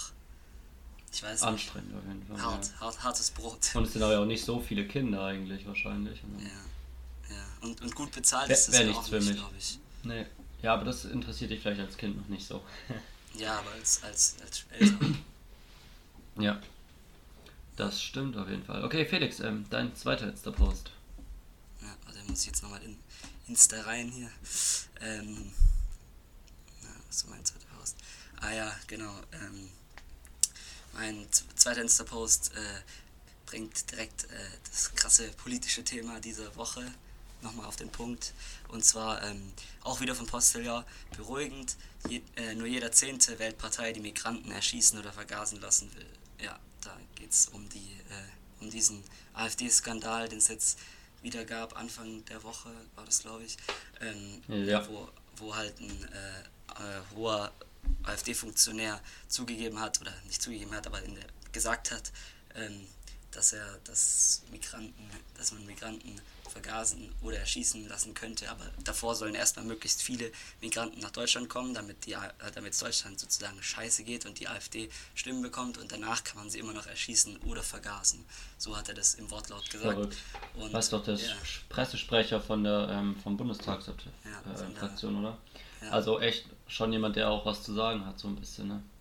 [SPEAKER 1] ich weiß nicht,
[SPEAKER 2] Anstrengend auf jeden Fall, ja.
[SPEAKER 1] hart, hart, hartes Brot.
[SPEAKER 2] Und es sind aber ja auch nicht so viele Kinder eigentlich wahrscheinlich. Und dann
[SPEAKER 1] Ja, ja. Und, und gut bezahlt
[SPEAKER 2] wäre
[SPEAKER 1] ist das
[SPEAKER 2] wär
[SPEAKER 1] ja
[SPEAKER 2] nichts
[SPEAKER 1] auch
[SPEAKER 2] für
[SPEAKER 1] nicht,
[SPEAKER 2] mich.
[SPEAKER 1] glaube ich.
[SPEAKER 2] Nee. Ja, aber das interessiert dich vielleicht als Kind noch nicht so.
[SPEAKER 1] Ja, aber als, als, als älter.
[SPEAKER 2] Ja, das stimmt auf jeden Fall. Okay, Felix, ähm, dein zweiter letzter Post.
[SPEAKER 1] Ja, warte, muss ich jetzt nochmal in Insta rein hier. Ähm, ja, was ist mein zweiter Post? Ah ja, genau. Ähm, mein z- zweiter Insta-Post äh, bringt direkt äh, das krasse politische Thema dieser Woche nochmal auf den Punkt. Und zwar ähm, auch wieder von Postillon, beruhigend, je, äh, nur jeder zehnte Weltpartei, die Migranten erschießen oder vergasen lassen will. Ja, da geht es um, die, äh, um diesen AfD-Skandal, den es jetzt wieder gab, Anfang der Woche war das, glaube ich, ähm,
[SPEAKER 2] Ja,
[SPEAKER 1] wo, wo halt ein äh, äh, hoher AfD-Funktionär zugegeben hat, oder nicht zugegeben hat, aber in der, gesagt hat, ähm, dass er dass Migranten, dass man Migranten vergasen oder erschießen lassen könnte, aber davor sollen erstmal möglichst viele Migranten nach Deutschland kommen, damit die äh, damit es Deutschland sozusagen scheiße geht und die AfD Stimmen bekommt und danach kann man sie immer noch erschießen oder vergasen. So hat er das im Wortlaut gesagt.
[SPEAKER 2] verrückt.
[SPEAKER 1] Und
[SPEAKER 2] Weißt doch, der
[SPEAKER 1] ja,
[SPEAKER 2] Pressesprecher von der ähm, vom
[SPEAKER 1] ja,
[SPEAKER 2] Bundestagsfraktion,
[SPEAKER 1] von
[SPEAKER 2] äh,
[SPEAKER 1] der,
[SPEAKER 2] Fraktion, oder?
[SPEAKER 1] ja,
[SPEAKER 2] Also echt schon jemand, der auch was zu sagen hat, so ein bisschen, ne?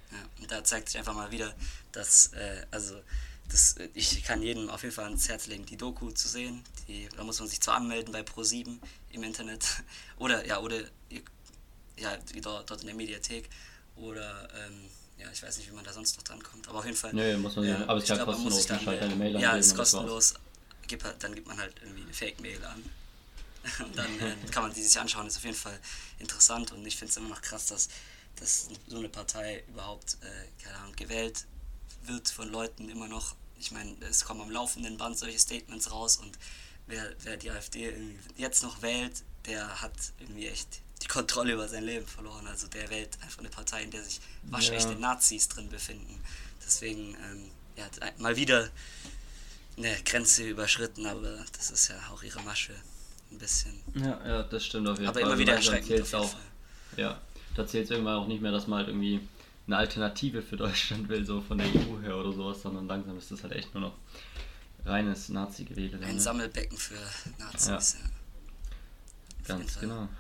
[SPEAKER 1] Ja, und da zeigt sich einfach mal wieder, dass, äh, also, das, äh, ich kann jedem auf jeden Fall ans Herz legen, die Doku zu sehen. Die, da muss man sich zwar anmelden bei Pro sieben im Internet oder, ja, oder, ihr- ja, die dort, dort in der Mediathek oder, ähm, ja, ich weiß nicht, wie man da sonst noch dran kommt, aber auf jeden Fall,
[SPEAKER 2] Nee, muss man nicht.
[SPEAKER 1] ja,
[SPEAKER 2] Aber es ist
[SPEAKER 1] ich
[SPEAKER 2] ja
[SPEAKER 1] glaube, man muss sich
[SPEAKER 2] kostenlos.
[SPEAKER 1] da
[SPEAKER 2] Du schalt deine
[SPEAKER 1] anmelden.
[SPEAKER 2] Mail
[SPEAKER 1] Ja,
[SPEAKER 2] angeben
[SPEAKER 1] ist
[SPEAKER 2] und das war's.
[SPEAKER 1] kostenlos. Gibt halt, dann gibt man halt irgendwie eine Fake-Mail an. Und dann äh, kann man die sich anschauen, ist auf jeden Fall interessant und ich finde es immer noch krass, dass, dass so eine Partei überhaupt, äh, keine Ahnung, gewählt wird von Leuten immer noch. Ich meine, es kommen am laufenden Band solche Statements raus und wer, wer die AfD irgendwie jetzt noch wählt, der hat irgendwie echt die Kontrolle über sein Leben verloren. Also der wählt einfach eine Partei, in der sich waschechte
[SPEAKER 2] Ja,
[SPEAKER 1] Nazis drin befinden. Deswegen, ähm, ja, mal wieder eine Grenze überschritten, aber das ist ja auch ihre Masche. Ein bisschen.
[SPEAKER 2] ja, ja, das stimmt auf jeden
[SPEAKER 1] Aber
[SPEAKER 2] Fall.
[SPEAKER 1] immer
[SPEAKER 2] Also
[SPEAKER 1] wieder
[SPEAKER 2] langsam
[SPEAKER 1] erschreckend
[SPEAKER 2] zählt
[SPEAKER 1] auf
[SPEAKER 2] es
[SPEAKER 1] jeden
[SPEAKER 2] auch,
[SPEAKER 1] Fall.
[SPEAKER 2] ja, da zählt es irgendwann auch nicht mehr, dass man halt irgendwie eine Alternative für Deutschland will, so von der E U her oder sowas, sondern langsam ist das halt echt nur noch reines Nazi-Gewähle.
[SPEAKER 1] Ein
[SPEAKER 2] Ne?
[SPEAKER 1] Sammelbecken für
[SPEAKER 2] Ja,
[SPEAKER 1] Nazis, ja. Auf jeden
[SPEAKER 2] ganz
[SPEAKER 1] Fall.
[SPEAKER 2] genau.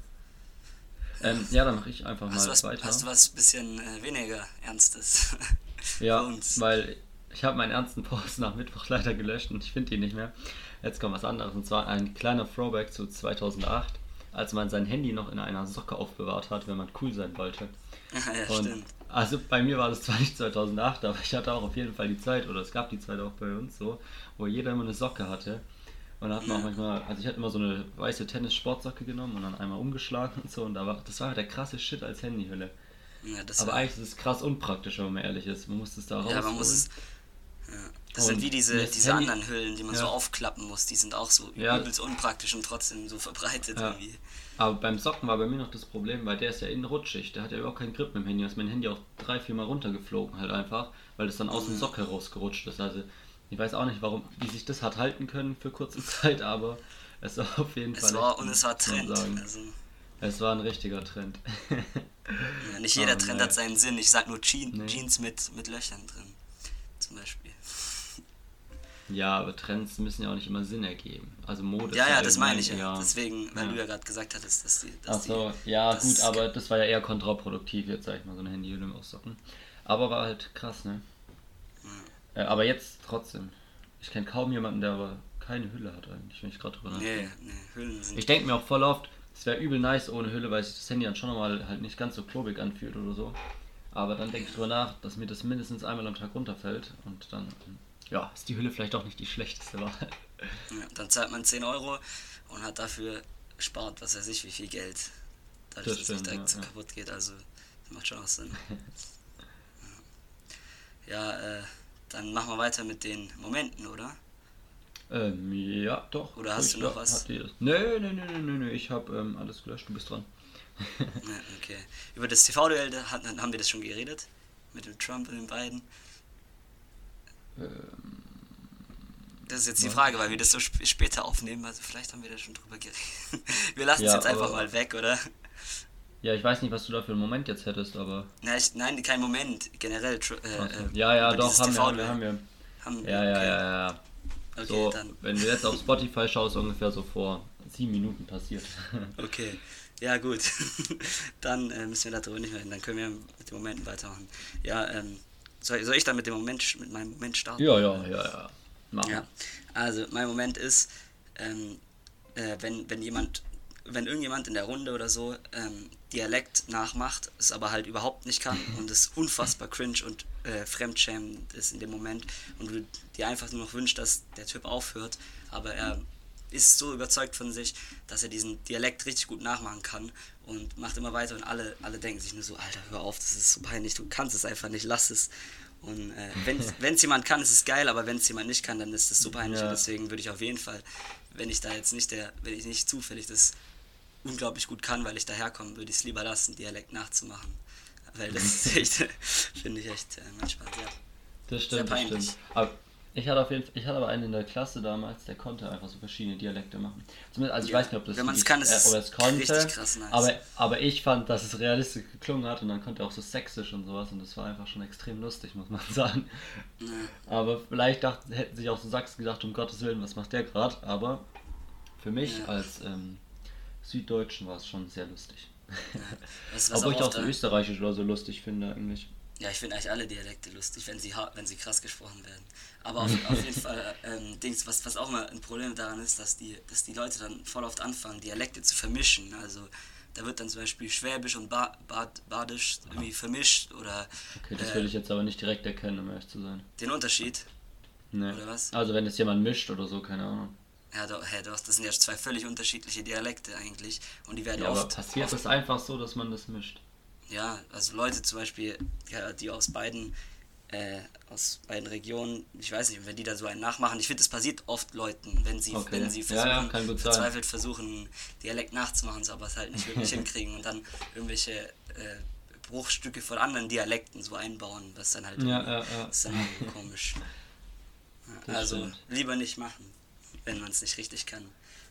[SPEAKER 1] Ja.
[SPEAKER 2] Ähm, ja, dann mache ich einfach
[SPEAKER 1] Hast du
[SPEAKER 2] mal
[SPEAKER 1] was,
[SPEAKER 2] weiter.
[SPEAKER 1] hast du was bisschen äh, weniger Ernstes für
[SPEAKER 2] Ja,
[SPEAKER 1] uns?
[SPEAKER 2] weil ich habe meinen ernsten Post nach Mittwoch leider gelöscht und ich finde ihn nicht mehr. Jetzt kommt was anderes und zwar ein kleiner Throwback zu zweitausendacht, als man sein Handy noch in einer Socke aufbewahrt hat, wenn man cool sein wollte.
[SPEAKER 1] Ja,
[SPEAKER 2] Und
[SPEAKER 1] stimmt.
[SPEAKER 2] also bei mir war das zwar nicht zweitausendacht, aber ich hatte auch auf jeden Fall die Zeit, oder es gab die Zeit auch bei uns so, wo jeder immer eine Socke hatte. Und da hat man auch
[SPEAKER 1] Ja,
[SPEAKER 2] manchmal, also ich hatte immer so eine weiße Tennis-Sportsocke genommen und dann einmal umgeschlagen und so und da war, das war halt der krasse Shit als Handyhülle.
[SPEAKER 1] ja, das
[SPEAKER 2] Aber
[SPEAKER 1] war.
[SPEAKER 2] eigentlich ist es krass unpraktisch, wenn man ehrlich ist. Man muss es da
[SPEAKER 1] Ja, man muss
[SPEAKER 2] rausholen.
[SPEAKER 1] es. Ja. Das sind wie
[SPEAKER 2] Und mir
[SPEAKER 1] diese,
[SPEAKER 2] ist das
[SPEAKER 1] diese
[SPEAKER 2] Handy,
[SPEAKER 1] anderen Hüllen, die man so
[SPEAKER 2] ja,
[SPEAKER 1] aufklappen muss. Die sind auch so
[SPEAKER 2] ja,
[SPEAKER 1] übelst unpraktisch und trotzdem so verbreitet
[SPEAKER 2] ja.
[SPEAKER 1] irgendwie.
[SPEAKER 2] Aber beim Socken war bei mir noch das Problem, weil der ist ja innen rutschig. Der hat ja überhaupt keinen Grip mit dem Handy. Da ist mein Handy auch drei, vier Mal runtergeflogen halt einfach, weil das dann aus dem
[SPEAKER 1] Mhm.
[SPEAKER 2] Sock herausgerutscht ist. Also ich weiß auch nicht, warum, wie sich das hat halten können für kurze Zeit, aber es war auf jeden
[SPEAKER 1] Es
[SPEAKER 2] Fall
[SPEAKER 1] war
[SPEAKER 2] echt
[SPEAKER 1] und
[SPEAKER 2] gut,
[SPEAKER 1] es war
[SPEAKER 2] muss man
[SPEAKER 1] Trend.
[SPEAKER 2] sagen.
[SPEAKER 1] Also,
[SPEAKER 2] Es war ein richtiger Trend.
[SPEAKER 1] ja, nicht
[SPEAKER 2] Oh
[SPEAKER 1] jeder Trend
[SPEAKER 2] ne,
[SPEAKER 1] hat seinen Sinn. Ich sag nur Jean,
[SPEAKER 2] nee.
[SPEAKER 1] Jeans mit, mit Löchern drin, zum Beispiel.
[SPEAKER 2] Ja, aber Trends müssen ja auch nicht immer Sinn ergeben. Also Mode ist
[SPEAKER 1] Ja,
[SPEAKER 2] ja
[SPEAKER 1] ja, das meine
[SPEAKER 2] allgemein
[SPEAKER 1] ich ja.
[SPEAKER 2] eher,
[SPEAKER 1] Deswegen, weil du
[SPEAKER 2] ja.
[SPEAKER 1] ja gerade gesagt hattest, dass die,
[SPEAKER 2] Ach
[SPEAKER 1] dass die,
[SPEAKER 2] so, ja gut,
[SPEAKER 1] das,
[SPEAKER 2] aber das war ja eher kontraproduktiv jetzt, sag ich mal, so eine Handyhülle im Aussocken. Aber war halt krass, ne? Äh, aber jetzt trotzdem. Ich kenne kaum jemanden, der aber keine Hülle hat eigentlich, wenn ich gerade drüber
[SPEAKER 1] nee,
[SPEAKER 2] nachdenke.
[SPEAKER 1] nee, Hüllen sind,
[SPEAKER 2] Ich denke mir auch voll oft, es wäre übel nice ohne Hülle, weil sich das Handy dann schon nochmal halt nicht ganz so klobig anfühlt oder so. Aber dann denke ich drüber nach, dass mir das mindestens einmal am Tag runterfällt und dann, ähm, ja, ist die Hülle vielleicht auch nicht die schlechteste Wahl.
[SPEAKER 1] ja, dann zahlt man zehn Euro und hat dafür spart, was weiß ich, wie viel Geld, dadurch,
[SPEAKER 2] Das
[SPEAKER 1] dass es nicht
[SPEAKER 2] stimmt, ja,
[SPEAKER 1] direkt so
[SPEAKER 2] ja.
[SPEAKER 1] kaputt geht, also das macht schon auch Sinn. Ja, äh, dann machen wir weiter mit den Momenten, oder?
[SPEAKER 2] Ähm, ja, doch.
[SPEAKER 1] Oder hast
[SPEAKER 2] Ich,
[SPEAKER 1] du
[SPEAKER 2] ja,
[SPEAKER 1] noch was?
[SPEAKER 2] habt ihr das? Nee, nee, nee, nee, nee, nee, ich hab ähm, alles gelöscht, du bist dran.
[SPEAKER 1] Ja, okay. Über das T V-Duell da hat- haben wir das schon geredet, mit dem Trump und den beiden.
[SPEAKER 2] Ähm,
[SPEAKER 1] Das ist jetzt die
[SPEAKER 2] weiß
[SPEAKER 1] Frage,
[SPEAKER 2] ich
[SPEAKER 1] weil wir das so
[SPEAKER 2] nicht.
[SPEAKER 1] sp später aufnehmen, also vielleicht haben wir da schon drüber geredet. Wir lassen es
[SPEAKER 2] Ja,
[SPEAKER 1] jetzt einfach
[SPEAKER 2] aber,
[SPEAKER 1] mal weg, oder?
[SPEAKER 2] ja, ich weiß nicht, was du da für einen Moment jetzt hättest, aber,
[SPEAKER 1] Nein, ich, nein, kein Moment, generell tr- äh,
[SPEAKER 2] achso.
[SPEAKER 1] äh,
[SPEAKER 2] Ja, ja,
[SPEAKER 1] über
[SPEAKER 2] doch,
[SPEAKER 1] dieses
[SPEAKER 2] haben wir, haben wir, haben
[SPEAKER 1] T V-Duell.
[SPEAKER 2] wir.
[SPEAKER 1] Haben wir,
[SPEAKER 2] Ja, ja,
[SPEAKER 1] okay.
[SPEAKER 2] ja, ja, ja.
[SPEAKER 1] Okay,
[SPEAKER 2] So,
[SPEAKER 1] dann.
[SPEAKER 2] wenn du jetzt auf Spotify schaust, ungefähr so vor sieben Minuten passiert.
[SPEAKER 1] Okay. Ja, gut. Dann äh, müssen wir darüber nicht mehr reden. Dann können wir mit den Momenten weitermachen. Ja, ähm, soll, soll ich dann mit dem Moment, mit meinem Moment starten?
[SPEAKER 2] Ja, ja, ja, ja. Mach
[SPEAKER 1] Ja.
[SPEAKER 2] mal.
[SPEAKER 1] Also, mein Moment ist, ähm, äh, wenn, wenn jemand, wenn irgendjemand in der Runde oder so ähm, Dialekt nachmacht, es aber halt überhaupt nicht kann und es unfassbar cringe und äh, fremdschämend ist in dem Moment und du dir einfach nur noch wünschst, dass der Typ aufhört, aber er ist so überzeugt von sich, dass er diesen Dialekt richtig gut nachmachen kann und macht immer weiter und alle, alle denken sich nur so, Alter, hör auf, das ist so peinlich, du kannst es einfach nicht, lass es. Und äh, wenn es jemand kann, ist es geil, aber wenn es jemand nicht kann, dann ist es so peinlich und
[SPEAKER 2] Ja,
[SPEAKER 1] deswegen würde ich auf jeden Fall, wenn ich da jetzt nicht der, wenn ich nicht zufällig das unglaublich gut kann, weil ich daherkomme, würde ich es lieber lassen, Dialekt nachzumachen. Weil das ist echt, finde ich echt äh, manchmal sehr,
[SPEAKER 2] das
[SPEAKER 1] sehr
[SPEAKER 2] stimmt, das
[SPEAKER 1] peinlich.
[SPEAKER 2] stimmt. Aber ich hatte auf jeden Fall, ich hatte aber einen in der Klasse damals, der konnte einfach so verschiedene Dialekte machen. Zumindest, also ich
[SPEAKER 1] Ja,
[SPEAKER 2] weiß nicht, ob das
[SPEAKER 1] wenn man es
[SPEAKER 2] wirklich,
[SPEAKER 1] kann, ist
[SPEAKER 2] äh, oder
[SPEAKER 1] es
[SPEAKER 2] es konnte,
[SPEAKER 1] richtig krass nice.
[SPEAKER 2] aber, aber ich fand, dass es realistisch geklungen hat und dann konnte er auch so sächsisch und sowas und das war einfach schon extrem lustig, muss man sagen.
[SPEAKER 1] Ja,
[SPEAKER 2] Aber vielleicht dachten, hätten sich auch so Sachsen gedacht, um Gottes Willen, was macht der gerade? Aber für mich
[SPEAKER 1] ja,
[SPEAKER 2] als ähm, Süddeutschen war es schon sehr lustig.
[SPEAKER 1] ja. Was, was
[SPEAKER 2] Obwohl
[SPEAKER 1] aber
[SPEAKER 2] ich auch
[SPEAKER 1] oft,
[SPEAKER 2] so
[SPEAKER 1] äh,
[SPEAKER 2] Österreichisch oder so lustig finde eigentlich.
[SPEAKER 1] Ja, ich finde eigentlich alle Dialekte lustig, wenn sie ha- wenn sie krass gesprochen werden. Aber auf, auf jeden Fall, ähm, Dings, was, was auch mal ein Problem daran ist, dass die, dass die Leute dann voll oft anfangen, Dialekte zu vermischen. Also da wird dann zum Beispiel Schwäbisch und ba- Bad- Badisch irgendwie vermischt oder
[SPEAKER 2] Okay, das
[SPEAKER 1] äh,
[SPEAKER 2] würde ich jetzt aber nicht direkt erkennen, um ehrlich zu sein.
[SPEAKER 1] den Unterschied,
[SPEAKER 2] Nee.
[SPEAKER 1] oder was?
[SPEAKER 2] Also wenn es jemand mischt oder so, keine Ahnung.
[SPEAKER 1] Ja, doch, hä, doch, das sind ja zwei völlig unterschiedliche Dialekte eigentlich und die werden
[SPEAKER 2] Ja, aber
[SPEAKER 1] oft,
[SPEAKER 2] passiert
[SPEAKER 1] oft
[SPEAKER 2] es einfach so, dass man das mischt?
[SPEAKER 1] ja, also Leute zum Beispiel, ja, die aus beiden, äh, aus beiden Regionen, ich weiß nicht, wenn die da so einen nachmachen, ich finde, das passiert oft Leuten, wenn sie,
[SPEAKER 2] Okay.
[SPEAKER 1] wenn sie
[SPEAKER 2] Ja, ja,
[SPEAKER 1] versuchen,
[SPEAKER 2] kann gut sein.
[SPEAKER 1] verzweifelt versuchen, Dialekt nachzumachen, so, aber es halt nicht wirklich hinkriegen und dann irgendwelche äh, Bruchstücke von anderen Dialekten so einbauen, was dann halt
[SPEAKER 2] Ja,
[SPEAKER 1] irgendwie,
[SPEAKER 2] ja, ja.
[SPEAKER 1] ist dann irgendwie komisch. Ja,
[SPEAKER 2] Das
[SPEAKER 1] also
[SPEAKER 2] stimmt.
[SPEAKER 1] lieber nicht machen, wenn man es nicht richtig kann.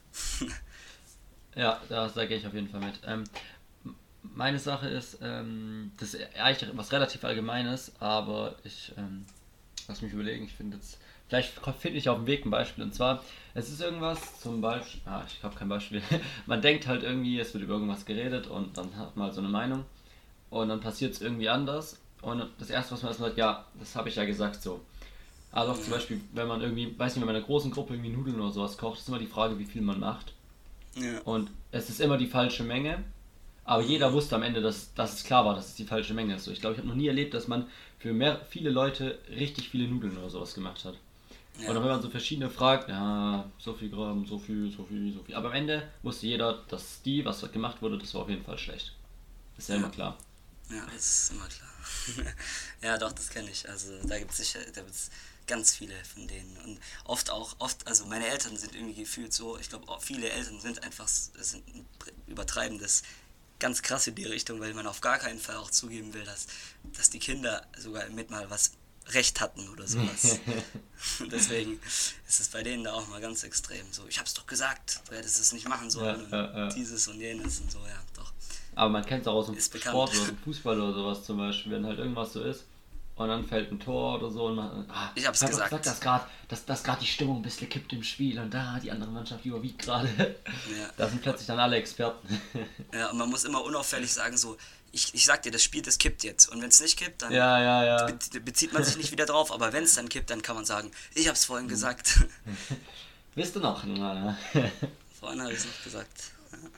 [SPEAKER 2] Ja, da, da gehe ich auf jeden Fall mit. Ähm, m- meine Sache ist, ähm, das ist eigentlich was relativ Allgemeines, aber ich ähm, lass mich überlegen, ich finde jetzt, vielleicht finde ich auf dem Weg ein Beispiel. Und zwar, es ist irgendwas, zum Beispiel, ah, ich habe kein Beispiel. Man denkt halt irgendwie, es wird über irgendwas geredet und dann hat man halt so eine Meinung und dann passiert es irgendwie anders. Und das erste, was man erstmal sagt, ja, das habe ich ja gesagt so. Also auch zum
[SPEAKER 1] Ja,
[SPEAKER 2] Beispiel, wenn man irgendwie, weiß nicht, wenn man in einer großen Gruppe irgendwie Nudeln oder sowas kocht, ist immer die Frage, wie viel man macht.
[SPEAKER 1] ja,
[SPEAKER 2] Und es ist immer die falsche Menge, aber jeder
[SPEAKER 1] mhm,
[SPEAKER 2] wusste am Ende, dass, dass es klar war, dass es die falsche Menge ist. So, ich glaube, ich habe noch nie erlebt, dass man für mehr, viele Leute richtig viele Nudeln oder sowas gemacht hat. Und
[SPEAKER 1] ja,
[SPEAKER 2] dann, wenn man so verschiedene fragt, ja, so viel Gramm, so viel, so viel, so viel. Aber am Ende wusste jeder, dass die, was dort gemacht wurde, das war auf jeden Fall schlecht. Ist ja immer
[SPEAKER 1] ja.
[SPEAKER 2] klar.
[SPEAKER 1] Ja, das ist immer klar. Ja, doch, das kenne ich. Also da gibt es sicher, da gibt's ganz viele von denen. Und oft auch, oft, also meine Eltern sind irgendwie gefühlt so, ich glaube, viele Eltern sind einfach, s- sind, übertreiben das ganz krass in die Richtung, weil man auf gar keinen Fall auch zugeben will, dass, dass die Kinder sogar mit mal was Recht hatten oder sowas. Deswegen ist es bei denen da auch mal ganz extrem. So, ich hab's doch gesagt, du hättest es nicht machen
[SPEAKER 2] Ja,
[SPEAKER 1] sollen
[SPEAKER 2] ja,
[SPEAKER 1] und
[SPEAKER 2] ja.
[SPEAKER 1] dieses und jenes und so, ja, doch.
[SPEAKER 2] Aber man kennt es auch aus dem
[SPEAKER 1] Ist bekannt.
[SPEAKER 2] Sport oder aus dem Fußball oder sowas zum Beispiel, wenn halt irgendwas so ist und dann fällt ein Tor oder so und man, ah,
[SPEAKER 1] Ich hab's
[SPEAKER 2] ich hab doch gesagt,
[SPEAKER 1] gesagt.
[SPEAKER 2] dass gerade dass, dass grad die Stimmung ein bisschen kippt im Spiel und da die andere Mannschaft überwiegt gerade.
[SPEAKER 1] Ja.
[SPEAKER 2] Da sind plötzlich dann alle Experten.
[SPEAKER 1] Ja, und man muss immer unauffällig sagen, so, ich, ich sag dir, das Spiel, das kippt jetzt. Und wenn es nicht kippt, dann
[SPEAKER 2] Ja, ja, ja.
[SPEAKER 1] be bezieht man sich nicht wieder drauf. Aber wenn es dann kippt, dann kann man sagen, ich hab's vorhin
[SPEAKER 2] Hm.
[SPEAKER 1] gesagt.
[SPEAKER 2] Wisst du noch? Na,
[SPEAKER 1] Vorhin habe ich es noch gesagt.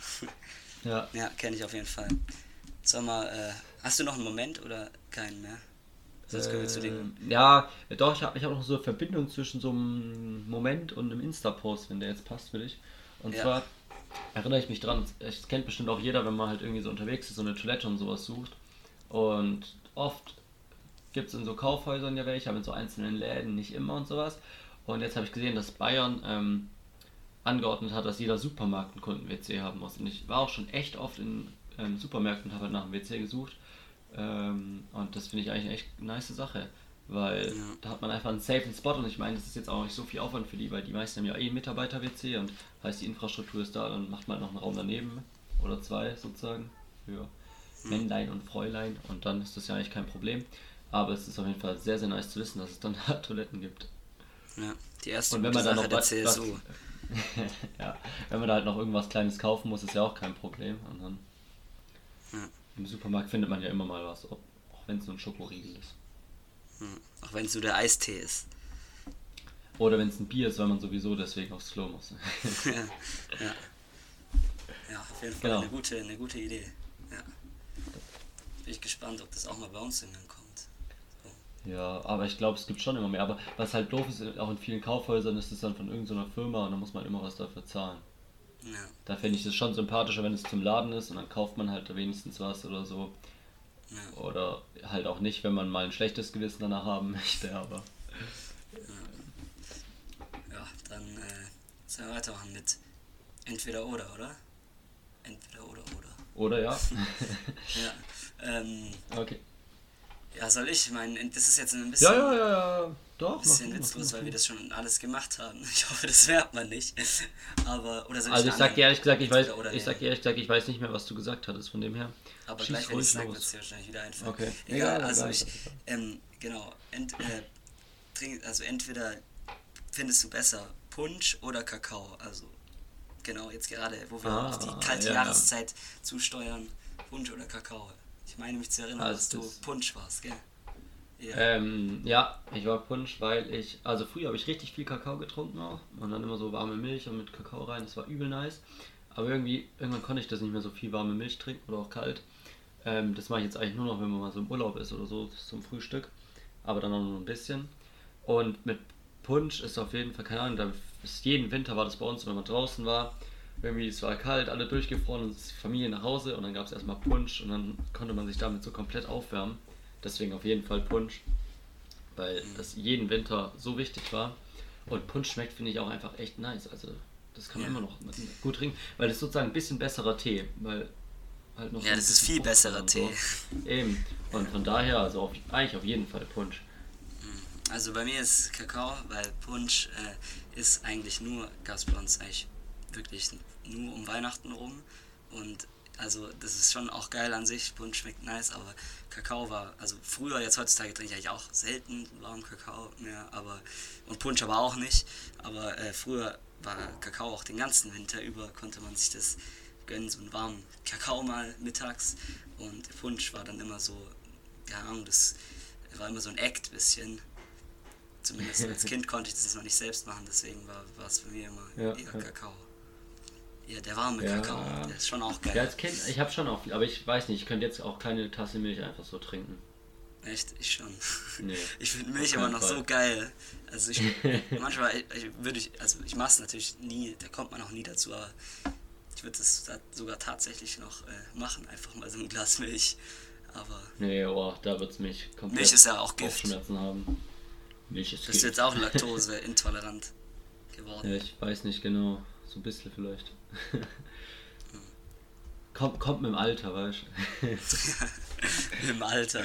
[SPEAKER 2] ja.
[SPEAKER 1] Ja, kenne ich auf jeden Fall. Sag mal, äh, hast du noch einen Moment oder keinen mehr? Sonst können wir zu den...
[SPEAKER 2] Ähm, ja, doch, ich habe ich hab noch so eine Verbindung zwischen so einem Moment und einem Insta-Post, wenn der jetzt passt für dich. Und
[SPEAKER 1] Ja,
[SPEAKER 2] zwar erinnere ich mich dran, es kennt bestimmt auch jeder, wenn man halt irgendwie so unterwegs ist, so eine Toilette und sowas sucht. Und oft gibt es in so Kaufhäusern ja welche, aber in so einzelnen Läden nicht immer und sowas. Und jetzt habe ich gesehen, dass Bayern ähm, angeordnet hat, dass jeder Supermarkt einen Kunden-W C haben muss. Und ich war auch schon echt oft in ähm, Supermärkten und habe halt nach einem W C gesucht. Ähm, und das finde ich eigentlich eine echt nice Sache, weil
[SPEAKER 1] ja,
[SPEAKER 2] da hat man einfach einen safen Spot und ich meine, das ist jetzt auch nicht so viel Aufwand für die, weil die meisten haben ja eh einen Mitarbeiter-W C und heißt, die Infrastruktur ist da, dann macht man halt noch einen Raum daneben oder zwei sozusagen für
[SPEAKER 1] hm,
[SPEAKER 2] Männlein und Fräulein und dann ist das ja eigentlich kein Problem. Aber es ist auf jeden Fall sehr, sehr nice zu wissen, dass es dann da Toiletten gibt.
[SPEAKER 1] ja. Die erste
[SPEAKER 2] Und wenn
[SPEAKER 1] gute
[SPEAKER 2] man dann
[SPEAKER 1] Sache
[SPEAKER 2] noch
[SPEAKER 1] der
[SPEAKER 2] wa- was,
[SPEAKER 1] C S U.
[SPEAKER 2] ja, wenn man da halt noch irgendwas Kleines kaufen muss, ist ja auch kein Problem. Und dann
[SPEAKER 1] Ja,
[SPEAKER 2] im Supermarkt findet man ja immer mal was, ob, auch wenn es nur ein Schokoriegel ist.
[SPEAKER 1] hm. Auch wenn es nur der Eistee ist.
[SPEAKER 2] Oder wenn es ein Bier ist, weil man sowieso deswegen aufs Klo muss.
[SPEAKER 1] Ja, ja. Ja, auf jeden Fall
[SPEAKER 2] Genau.
[SPEAKER 1] eine gute, eine gute Idee. Ja. Bin ich gespannt, ob das auch mal bei uns irgendwann kommt. So.
[SPEAKER 2] Ja, aber ich glaube, es gibt schon immer mehr. Aber was halt doof ist, auch in vielen Kaufhäusern ist es dann von irgendeiner Firma und dann muss man immer was dafür zahlen.
[SPEAKER 1] Ja,
[SPEAKER 2] Da fände ich es schon sympathischer, wenn es zum Laden ist und dann kauft man halt wenigstens was oder so.
[SPEAKER 1] ja,
[SPEAKER 2] Oder halt auch nicht, wenn man mal ein schlechtes Gewissen danach haben möchte, aber.
[SPEAKER 1] ja, dann äh, sollen wir weitermachen mit entweder oder, oder? Entweder oder oder.
[SPEAKER 2] Oder ja?
[SPEAKER 1] Ja, ähm,
[SPEAKER 2] Okay.
[SPEAKER 1] ja, soll ich? Ich meine, das ist jetzt ein
[SPEAKER 2] Ja,
[SPEAKER 1] bisschen,
[SPEAKER 2] ja, ja, ja. Doch, mach
[SPEAKER 1] bisschen
[SPEAKER 2] du, mach du,
[SPEAKER 1] witzlos,
[SPEAKER 2] mach
[SPEAKER 1] weil
[SPEAKER 2] du.
[SPEAKER 1] wir das schon alles gemacht haben. Ich hoffe, das merkt man nicht. Aber, oder soll ich
[SPEAKER 2] Also ich
[SPEAKER 1] einen
[SPEAKER 2] sag dir
[SPEAKER 1] anderen
[SPEAKER 2] ehrlich gesagt, ich weiß,
[SPEAKER 1] entweder oder
[SPEAKER 2] ich sag
[SPEAKER 1] nehmen?
[SPEAKER 2] dir ehrlich gesagt, ich weiß nicht mehr, was du gesagt hattest, von dem her.
[SPEAKER 1] Aber
[SPEAKER 2] Schieß
[SPEAKER 1] gleich, wenn ich es
[SPEAKER 2] ruhig
[SPEAKER 1] sage, wird es
[SPEAKER 2] los.
[SPEAKER 1] dir wahrscheinlich wieder einfallen.
[SPEAKER 2] Okay.
[SPEAKER 1] Egal,
[SPEAKER 2] Egal,
[SPEAKER 1] also
[SPEAKER 2] egal,
[SPEAKER 1] ich,
[SPEAKER 2] ist egal.
[SPEAKER 1] ähm, genau, ent, äh, trink, also entweder findest du besser Punsch oder Kakao. Also genau, jetzt gerade, wo wir auf die
[SPEAKER 2] Ah,
[SPEAKER 1] kalte
[SPEAKER 2] ja, ja.
[SPEAKER 1] Jahreszeit zusteuern, Punsch oder Kakao. Ich meine mich zu erinnern,
[SPEAKER 2] Also
[SPEAKER 1] dass du
[SPEAKER 2] das,
[SPEAKER 1] Punsch warst, gell? Ja.
[SPEAKER 2] Ähm, ja, ich war Punsch, weil ich, also früher habe ich richtig viel Kakao getrunken auch und dann immer so warme Milch und mit Kakao rein, das war übel nice. Aber irgendwie, irgendwann konnte ich das nicht mehr so viel warme Milch trinken oder auch kalt. Ähm, das mache ich jetzt eigentlich nur noch, wenn man mal so im Urlaub ist oder so zum Frühstück, aber dann auch nur ein bisschen. Und mit Punsch ist auf jeden Fall, keine Ahnung, da ist jeden Winter war das bei uns, wenn man draußen war. Irgendwie, es war kalt, alle durchgefroren und die Familie nach Hause und dann gab es erstmal Punsch und dann konnte man sich damit so komplett aufwärmen. Deswegen auf jeden Fall Punsch, weil das jeden Winter so wichtig war. Und Punsch schmeckt, finde ich, auch einfach echt nice. Also, das kann man
[SPEAKER 1] Ja.
[SPEAKER 2] immer noch gut trinken, weil das ist sozusagen ein bisschen besserer Tee, weil halt noch so
[SPEAKER 1] Ja,
[SPEAKER 2] ein
[SPEAKER 1] das ist
[SPEAKER 2] bisschen
[SPEAKER 1] viel
[SPEAKER 2] Frucht drin
[SPEAKER 1] besserer
[SPEAKER 2] und
[SPEAKER 1] Tee.
[SPEAKER 2] so. Eben. Und von daher, also auf, eigentlich auf jeden Fall Punsch.
[SPEAKER 1] Also bei mir ist Kakao, weil Punsch äh, ist eigentlich nur, gab es bei uns eigentlich wirklich nur um Weihnachten rum. Und also das ist schon auch geil an sich, Punsch schmeckt nice, aber Kakao war, also früher, jetzt heutzutage trinke ich eigentlich auch selten warmen Kakao mehr, aber und Punsch aber auch nicht. Aber äh, früher war Kakao auch den ganzen Winter über, konnte man sich das gönnen, so einen warmen Kakao mal mittags. Und Punsch war dann immer so, keine Ahnung, das war immer so ein Act bisschen. Zumindest als Kind konnte ich das noch nicht selbst machen, deswegen war war es für mich immer
[SPEAKER 2] Ja,
[SPEAKER 1] eher
[SPEAKER 2] ja.
[SPEAKER 1] Kakao. Ja, der warme
[SPEAKER 2] Ja,
[SPEAKER 1] Kakao, der ist schon auch
[SPEAKER 2] ja
[SPEAKER 1] geil.
[SPEAKER 2] als Kind, ich habe schon auch viel, aber ich weiß nicht, ich könnte jetzt auch keine Tasse Milch einfach so trinken.
[SPEAKER 1] Echt, ich schon.
[SPEAKER 2] Nee,
[SPEAKER 1] Ich finde
[SPEAKER 2] auf
[SPEAKER 1] Milch immer
[SPEAKER 2] keinen
[SPEAKER 1] noch
[SPEAKER 2] Fall.
[SPEAKER 1] so geil. Also ich, manchmal ich, ich würde ich, also ich mache es natürlich nie, da kommt man auch nie dazu, aber ich würde es da sogar tatsächlich noch äh, machen, einfach mal so ein Glas Milch. Aber
[SPEAKER 2] Nee, oh, da wird's mich
[SPEAKER 1] Milch
[SPEAKER 2] komplett
[SPEAKER 1] ist ja auch Gift.
[SPEAKER 2] Bauchschmerzen haben. Milch ist
[SPEAKER 1] Bist du jetzt
[SPEAKER 2] Gift.
[SPEAKER 1] auch laktoseintolerant
[SPEAKER 2] Ja,
[SPEAKER 1] geworden?
[SPEAKER 2] ich weiß nicht genau, so ein bisschen vielleicht. Kommt, kommt mit dem Alter, weißt du.
[SPEAKER 1] Im Alter.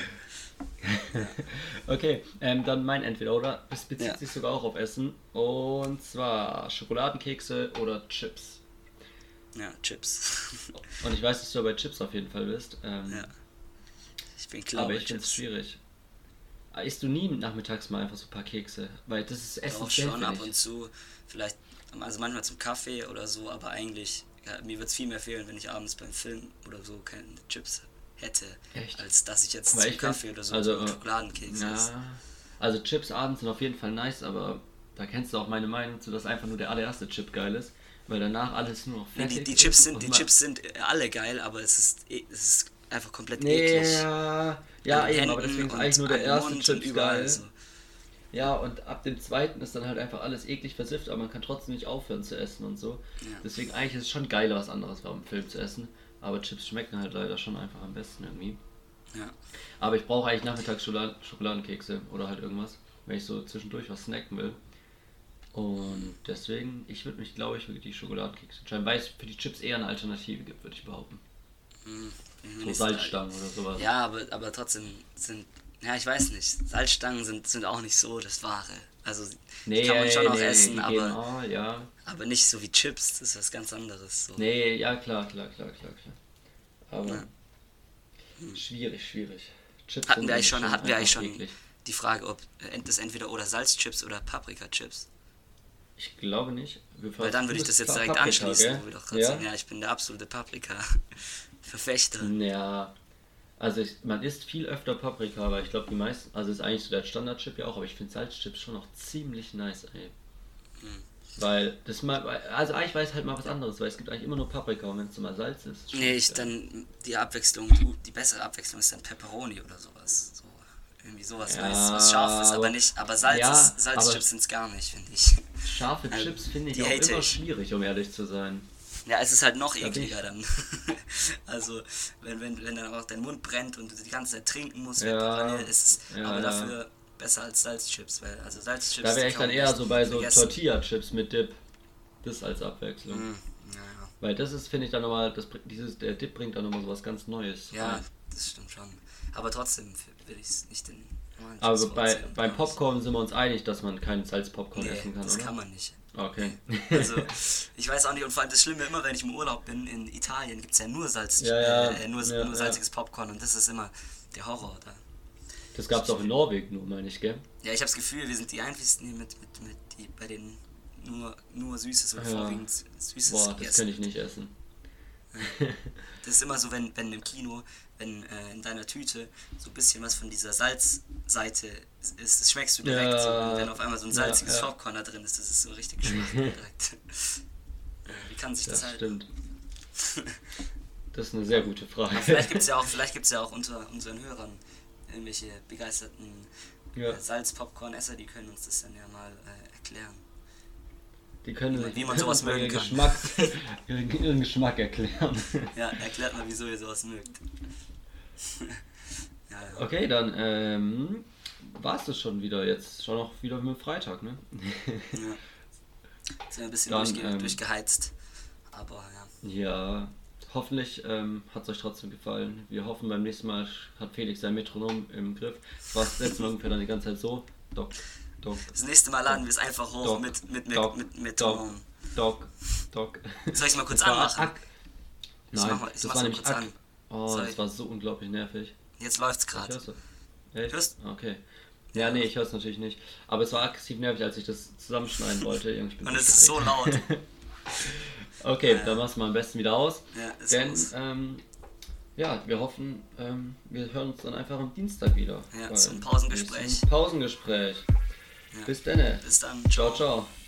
[SPEAKER 2] Okay, ähm, dann mein Entweder oder. Das bezieht
[SPEAKER 1] Ja.
[SPEAKER 2] sich sogar auch auf Essen. Und zwar Schokoladenkekse oder Chips.
[SPEAKER 1] Ja, Chips.
[SPEAKER 2] Und ich weiß, dass du bei Chips auf jeden Fall bist. Ähm,
[SPEAKER 1] Ja, ich bin klar
[SPEAKER 2] aber
[SPEAKER 1] bei
[SPEAKER 2] ich finde es
[SPEAKER 1] Chips.
[SPEAKER 2] schwierig. Isst du nie nachmittags mal einfach so ein paar Kekse? Weil das ist
[SPEAKER 1] Auch
[SPEAKER 2] essentiell,
[SPEAKER 1] schon
[SPEAKER 2] finde
[SPEAKER 1] ab und
[SPEAKER 2] ich.
[SPEAKER 1] zu, vielleicht, also manchmal zum Kaffee oder so, aber eigentlich, ja, mir wird es viel mehr fehlen, wenn ich abends beim Film oder so keine Chips hätte,
[SPEAKER 2] Echt?
[SPEAKER 1] als dass ich jetzt
[SPEAKER 2] Weil
[SPEAKER 1] zum
[SPEAKER 2] ich finde,
[SPEAKER 1] Kaffee oder so
[SPEAKER 2] also,
[SPEAKER 1] so einen
[SPEAKER 2] äh,
[SPEAKER 1] Schokoladenkeks esse.
[SPEAKER 2] ja, also Chips abends sind auf jeden Fall nice, aber da kennst du auch meine Meinung zu, dass einfach nur der allererste Chip geil ist, weil danach alles nur noch
[SPEAKER 1] Nee, die,
[SPEAKER 2] fettig
[SPEAKER 1] die
[SPEAKER 2] ist
[SPEAKER 1] Chips sind,
[SPEAKER 2] und
[SPEAKER 1] die
[SPEAKER 2] man,
[SPEAKER 1] Chips sind alle geil, aber es ist, e- es ist einfach komplett
[SPEAKER 2] nee,
[SPEAKER 1] eklig.
[SPEAKER 2] ja,
[SPEAKER 1] An
[SPEAKER 2] ja
[SPEAKER 1] den
[SPEAKER 2] eben, aber
[SPEAKER 1] Händen
[SPEAKER 2] deswegen ist eigentlich
[SPEAKER 1] und
[SPEAKER 2] nur
[SPEAKER 1] an
[SPEAKER 2] der
[SPEAKER 1] den
[SPEAKER 2] erste
[SPEAKER 1] Mund und
[SPEAKER 2] Chips
[SPEAKER 1] überall
[SPEAKER 2] geil.
[SPEAKER 1] so.
[SPEAKER 2] Ja, und ab dem zweiten ist dann halt einfach alles eklig versifft, aber man kann trotzdem nicht aufhören zu essen und so.
[SPEAKER 1] Ja.
[SPEAKER 2] Deswegen eigentlich ist es schon geiler, was anderes beim Film zu essen, aber Chips schmecken halt leider schon einfach am besten irgendwie.
[SPEAKER 1] Ja.
[SPEAKER 2] Aber ich brauche eigentlich nachmittags Schola- Schokoladenkekse oder halt irgendwas, wenn ich so zwischendurch was snacken will. Und deswegen, ich würde mich, glaube ich, für die Schokoladenkekse entscheiden, weil es für die Chips eher eine Alternative gibt, würde ich behaupten.
[SPEAKER 1] Hm, bin mir
[SPEAKER 2] So
[SPEAKER 1] nicht so-
[SPEAKER 2] Salzstangen oder sowas.
[SPEAKER 1] Ja, aber, aber trotzdem sind, ja, ich weiß nicht, Salzstangen sind, sind auch nicht so das Wahre. Also, die
[SPEAKER 2] Nee,
[SPEAKER 1] kann man schon
[SPEAKER 2] nee,
[SPEAKER 1] auch
[SPEAKER 2] nee,
[SPEAKER 1] essen,
[SPEAKER 2] die
[SPEAKER 1] aber,
[SPEAKER 2] gehen, oh, ja.
[SPEAKER 1] aber nicht so wie Chips, das ist was ganz anderes. So.
[SPEAKER 2] Nee, ja, klar, klar, klar, klar, klar. Aber
[SPEAKER 1] Ja.
[SPEAKER 2] schwierig, schwierig. Chips
[SPEAKER 1] Hatten
[SPEAKER 2] sind
[SPEAKER 1] wir eigentlich
[SPEAKER 2] irgendwie
[SPEAKER 1] schon, hatten wir eigentlich
[SPEAKER 2] einfach
[SPEAKER 1] schon
[SPEAKER 2] eklig.
[SPEAKER 1] die Frage, ob äh, das entweder oder Salzchips oder Paprika-Chips?
[SPEAKER 2] Ich glaube nicht. Wir
[SPEAKER 1] Weil dann würde ich
[SPEAKER 2] du
[SPEAKER 1] das
[SPEAKER 2] bist
[SPEAKER 1] jetzt
[SPEAKER 2] Pa-
[SPEAKER 1] direkt
[SPEAKER 2] Paprika,
[SPEAKER 1] anschließen,
[SPEAKER 2] gell?
[SPEAKER 1] wo wir doch gerade
[SPEAKER 2] Ja?
[SPEAKER 1] sagen, ja, ich bin der absolute Paprika-Verfechter.
[SPEAKER 2] Ja. Also ich, man isst viel öfter Paprika, aber ich glaube die meisten, also ist eigentlich so der Standardchip ja auch, aber ich finde Salzchips schon noch ziemlich nice, ey.
[SPEAKER 1] Hm.
[SPEAKER 2] Weil das mal, also eigentlich weiß halt mal was anderes, weil es gibt eigentlich immer nur Paprika und wenn es mal Salz ist, ist schon
[SPEAKER 1] Nee, ich
[SPEAKER 2] geil.
[SPEAKER 1] dann, die Abwechslung, die, die bessere Abwechslung ist dann Pepperoni oder sowas. So, irgendwie sowas
[SPEAKER 2] Ja,
[SPEAKER 1] Weißes, was scharf ist, aber
[SPEAKER 2] aber-
[SPEAKER 1] nicht, aber Salz
[SPEAKER 2] ja,
[SPEAKER 1] ist, Salzchips
[SPEAKER 2] aber-
[SPEAKER 1] sind es gar nicht, finde ich.
[SPEAKER 2] Scharfe
[SPEAKER 1] Also,
[SPEAKER 2] Chips finde ich
[SPEAKER 1] die
[SPEAKER 2] auch
[SPEAKER 1] hate
[SPEAKER 2] immer
[SPEAKER 1] ich.
[SPEAKER 2] schwierig, um ehrlich zu sein.
[SPEAKER 1] Ja, es ist halt noch
[SPEAKER 2] Da bin
[SPEAKER 1] ekliger
[SPEAKER 2] ich-
[SPEAKER 1] dann. Also, wenn, wenn, wenn dann auch dein Mund brennt und du die ganze Zeit trinken musst,
[SPEAKER 2] Ja,
[SPEAKER 1] parallel, ist es
[SPEAKER 2] ja,
[SPEAKER 1] aber
[SPEAKER 2] ja.
[SPEAKER 1] dafür besser als Salzchips, weil, also Salzchips...
[SPEAKER 2] Da wäre
[SPEAKER 1] die
[SPEAKER 2] ich
[SPEAKER 1] kann
[SPEAKER 2] dann
[SPEAKER 1] man
[SPEAKER 2] eher
[SPEAKER 1] echt
[SPEAKER 2] so bei so
[SPEAKER 1] vergessen.
[SPEAKER 2] Tortilla-Chips mit Dip. Das als Abwechslung.
[SPEAKER 1] Hm, ja,
[SPEAKER 2] Weil das ist, finde ich dann nochmal, das, br- dieses, der Dip bringt dann nochmal so was ganz Neues.
[SPEAKER 1] ja, ja,
[SPEAKER 2] rein.
[SPEAKER 1] das stimmt schon. Aber trotzdem will ich es nicht in normalen Chips
[SPEAKER 2] Aber bei,
[SPEAKER 1] vorziehen.
[SPEAKER 2] beim Popcorn sind wir uns einig, dass man keinen Salzpopcorn
[SPEAKER 1] Nee,
[SPEAKER 2] essen kann,
[SPEAKER 1] das
[SPEAKER 2] oder?
[SPEAKER 1] kann man nicht.
[SPEAKER 2] Okay.
[SPEAKER 1] Also, ich weiß auch nicht, und vor allem das Schlimme immer, wenn ich im Urlaub bin, in Italien gibt es ja nur Salz,
[SPEAKER 2] Ja, ja,
[SPEAKER 1] äh, nur,
[SPEAKER 2] ja,
[SPEAKER 1] nur
[SPEAKER 2] ja.
[SPEAKER 1] salziges Popcorn und das ist immer der Horror da.
[SPEAKER 2] Das gab's auch in Norwegen nur, meine ich, gell?
[SPEAKER 1] Ja, ich habe das Gefühl, wir sind die einzigsten hier mit, mit, mit die, bei denen nur, nur Süßes oder
[SPEAKER 2] Ja.
[SPEAKER 1] vorwiegend Süßes
[SPEAKER 2] Boah, das
[SPEAKER 1] gegessen
[SPEAKER 2] kann ich nicht essen.
[SPEAKER 1] Das ist immer so, wenn, wenn im Kino, wenn äh, in deiner Tüte so ein bisschen was von dieser Salzseite ist, das schmeckst du direkt.
[SPEAKER 2] Ja,
[SPEAKER 1] So, und wenn auf einmal so ein salziges
[SPEAKER 2] ja, ja.
[SPEAKER 1] Popcorn da drin ist, das ist so richtig geschmack direkt. Äh, Wie kann sich das,
[SPEAKER 2] Das
[SPEAKER 1] halten?
[SPEAKER 2] stimmt. Das ist eine sehr gute Frage.
[SPEAKER 1] Aber vielleicht gibt es ja auch, vielleicht gibt's ja auch unter unseren Hörern irgendwelche begeisterten
[SPEAKER 2] Ja,
[SPEAKER 1] äh, Salz-Popcorn-Esser, die können uns das dann ja mal äh, erklären.
[SPEAKER 2] die können,
[SPEAKER 1] Wie man- wie man
[SPEAKER 2] können
[SPEAKER 1] sowas
[SPEAKER 2] uns mal
[SPEAKER 1] mögen
[SPEAKER 2] ihren
[SPEAKER 1] kann.
[SPEAKER 2] Geschmack, ihren, ihren Geschmack erklären.
[SPEAKER 1] Ja, erklärt mal, wieso ihr sowas mögt. Ja, ja.
[SPEAKER 2] Okay, dann ähm, war es das schon wieder. Jetzt schon noch wieder mit Freitag, ne?
[SPEAKER 1] Ja. Sind wir ein bisschen
[SPEAKER 2] Dann,
[SPEAKER 1] durchge
[SPEAKER 2] ähm,
[SPEAKER 1] durchgeheizt. Aber ja.
[SPEAKER 2] Ja, hoffentlich ähm, hat es euch trotzdem gefallen. Wir hoffen, beim nächsten Mal hat Felix sein Metronom im Griff. Es war das letzte Mal ungefähr dann die ganze Zeit so. Doc, Doc,
[SPEAKER 1] Das nächste Mal laden wir es einfach hoch
[SPEAKER 2] Doc,
[SPEAKER 1] mit, mit, mit,
[SPEAKER 2] Doc,
[SPEAKER 1] mit, mit
[SPEAKER 2] Doc,
[SPEAKER 1] Ton.
[SPEAKER 2] Doc, Doc.
[SPEAKER 1] Soll ich mal kurz
[SPEAKER 2] Das war
[SPEAKER 1] anmachen?
[SPEAKER 2] Ak-
[SPEAKER 1] Ich
[SPEAKER 2] Nein,
[SPEAKER 1] mach mal- ich
[SPEAKER 2] das
[SPEAKER 1] mach's
[SPEAKER 2] war
[SPEAKER 1] mal
[SPEAKER 2] nämlich
[SPEAKER 1] kurz
[SPEAKER 2] Ak-
[SPEAKER 1] an.
[SPEAKER 2] Oh,
[SPEAKER 1] Sorry.
[SPEAKER 2] das war so unglaublich nervig.
[SPEAKER 1] Jetzt läuft's
[SPEAKER 2] Ich
[SPEAKER 1] gerade.
[SPEAKER 2] hör's. Echt?
[SPEAKER 1] Hörst-
[SPEAKER 2] Okay. Ja, nee, ich hör's natürlich nicht. Aber es war aggressiv nervig, als ich das zusammenschneiden wollte. Irgendwie bin
[SPEAKER 1] Und
[SPEAKER 2] ich
[SPEAKER 1] es ist so laut.
[SPEAKER 2] Okay,
[SPEAKER 1] Ja.
[SPEAKER 2] dann machst du mal am besten wieder aus.
[SPEAKER 1] Ja, ist
[SPEAKER 2] Denn,
[SPEAKER 1] los.
[SPEAKER 2] ähm, ja, wir hoffen, ähm, wir hören uns dann einfach am Dienstag wieder.
[SPEAKER 1] Ja,
[SPEAKER 2] beim
[SPEAKER 1] zum Pausengespräch.
[SPEAKER 2] nächsten Pausengespräch.
[SPEAKER 1] Ja.
[SPEAKER 2] Bis dann.
[SPEAKER 1] Bis dann.
[SPEAKER 2] Ciao, ciao.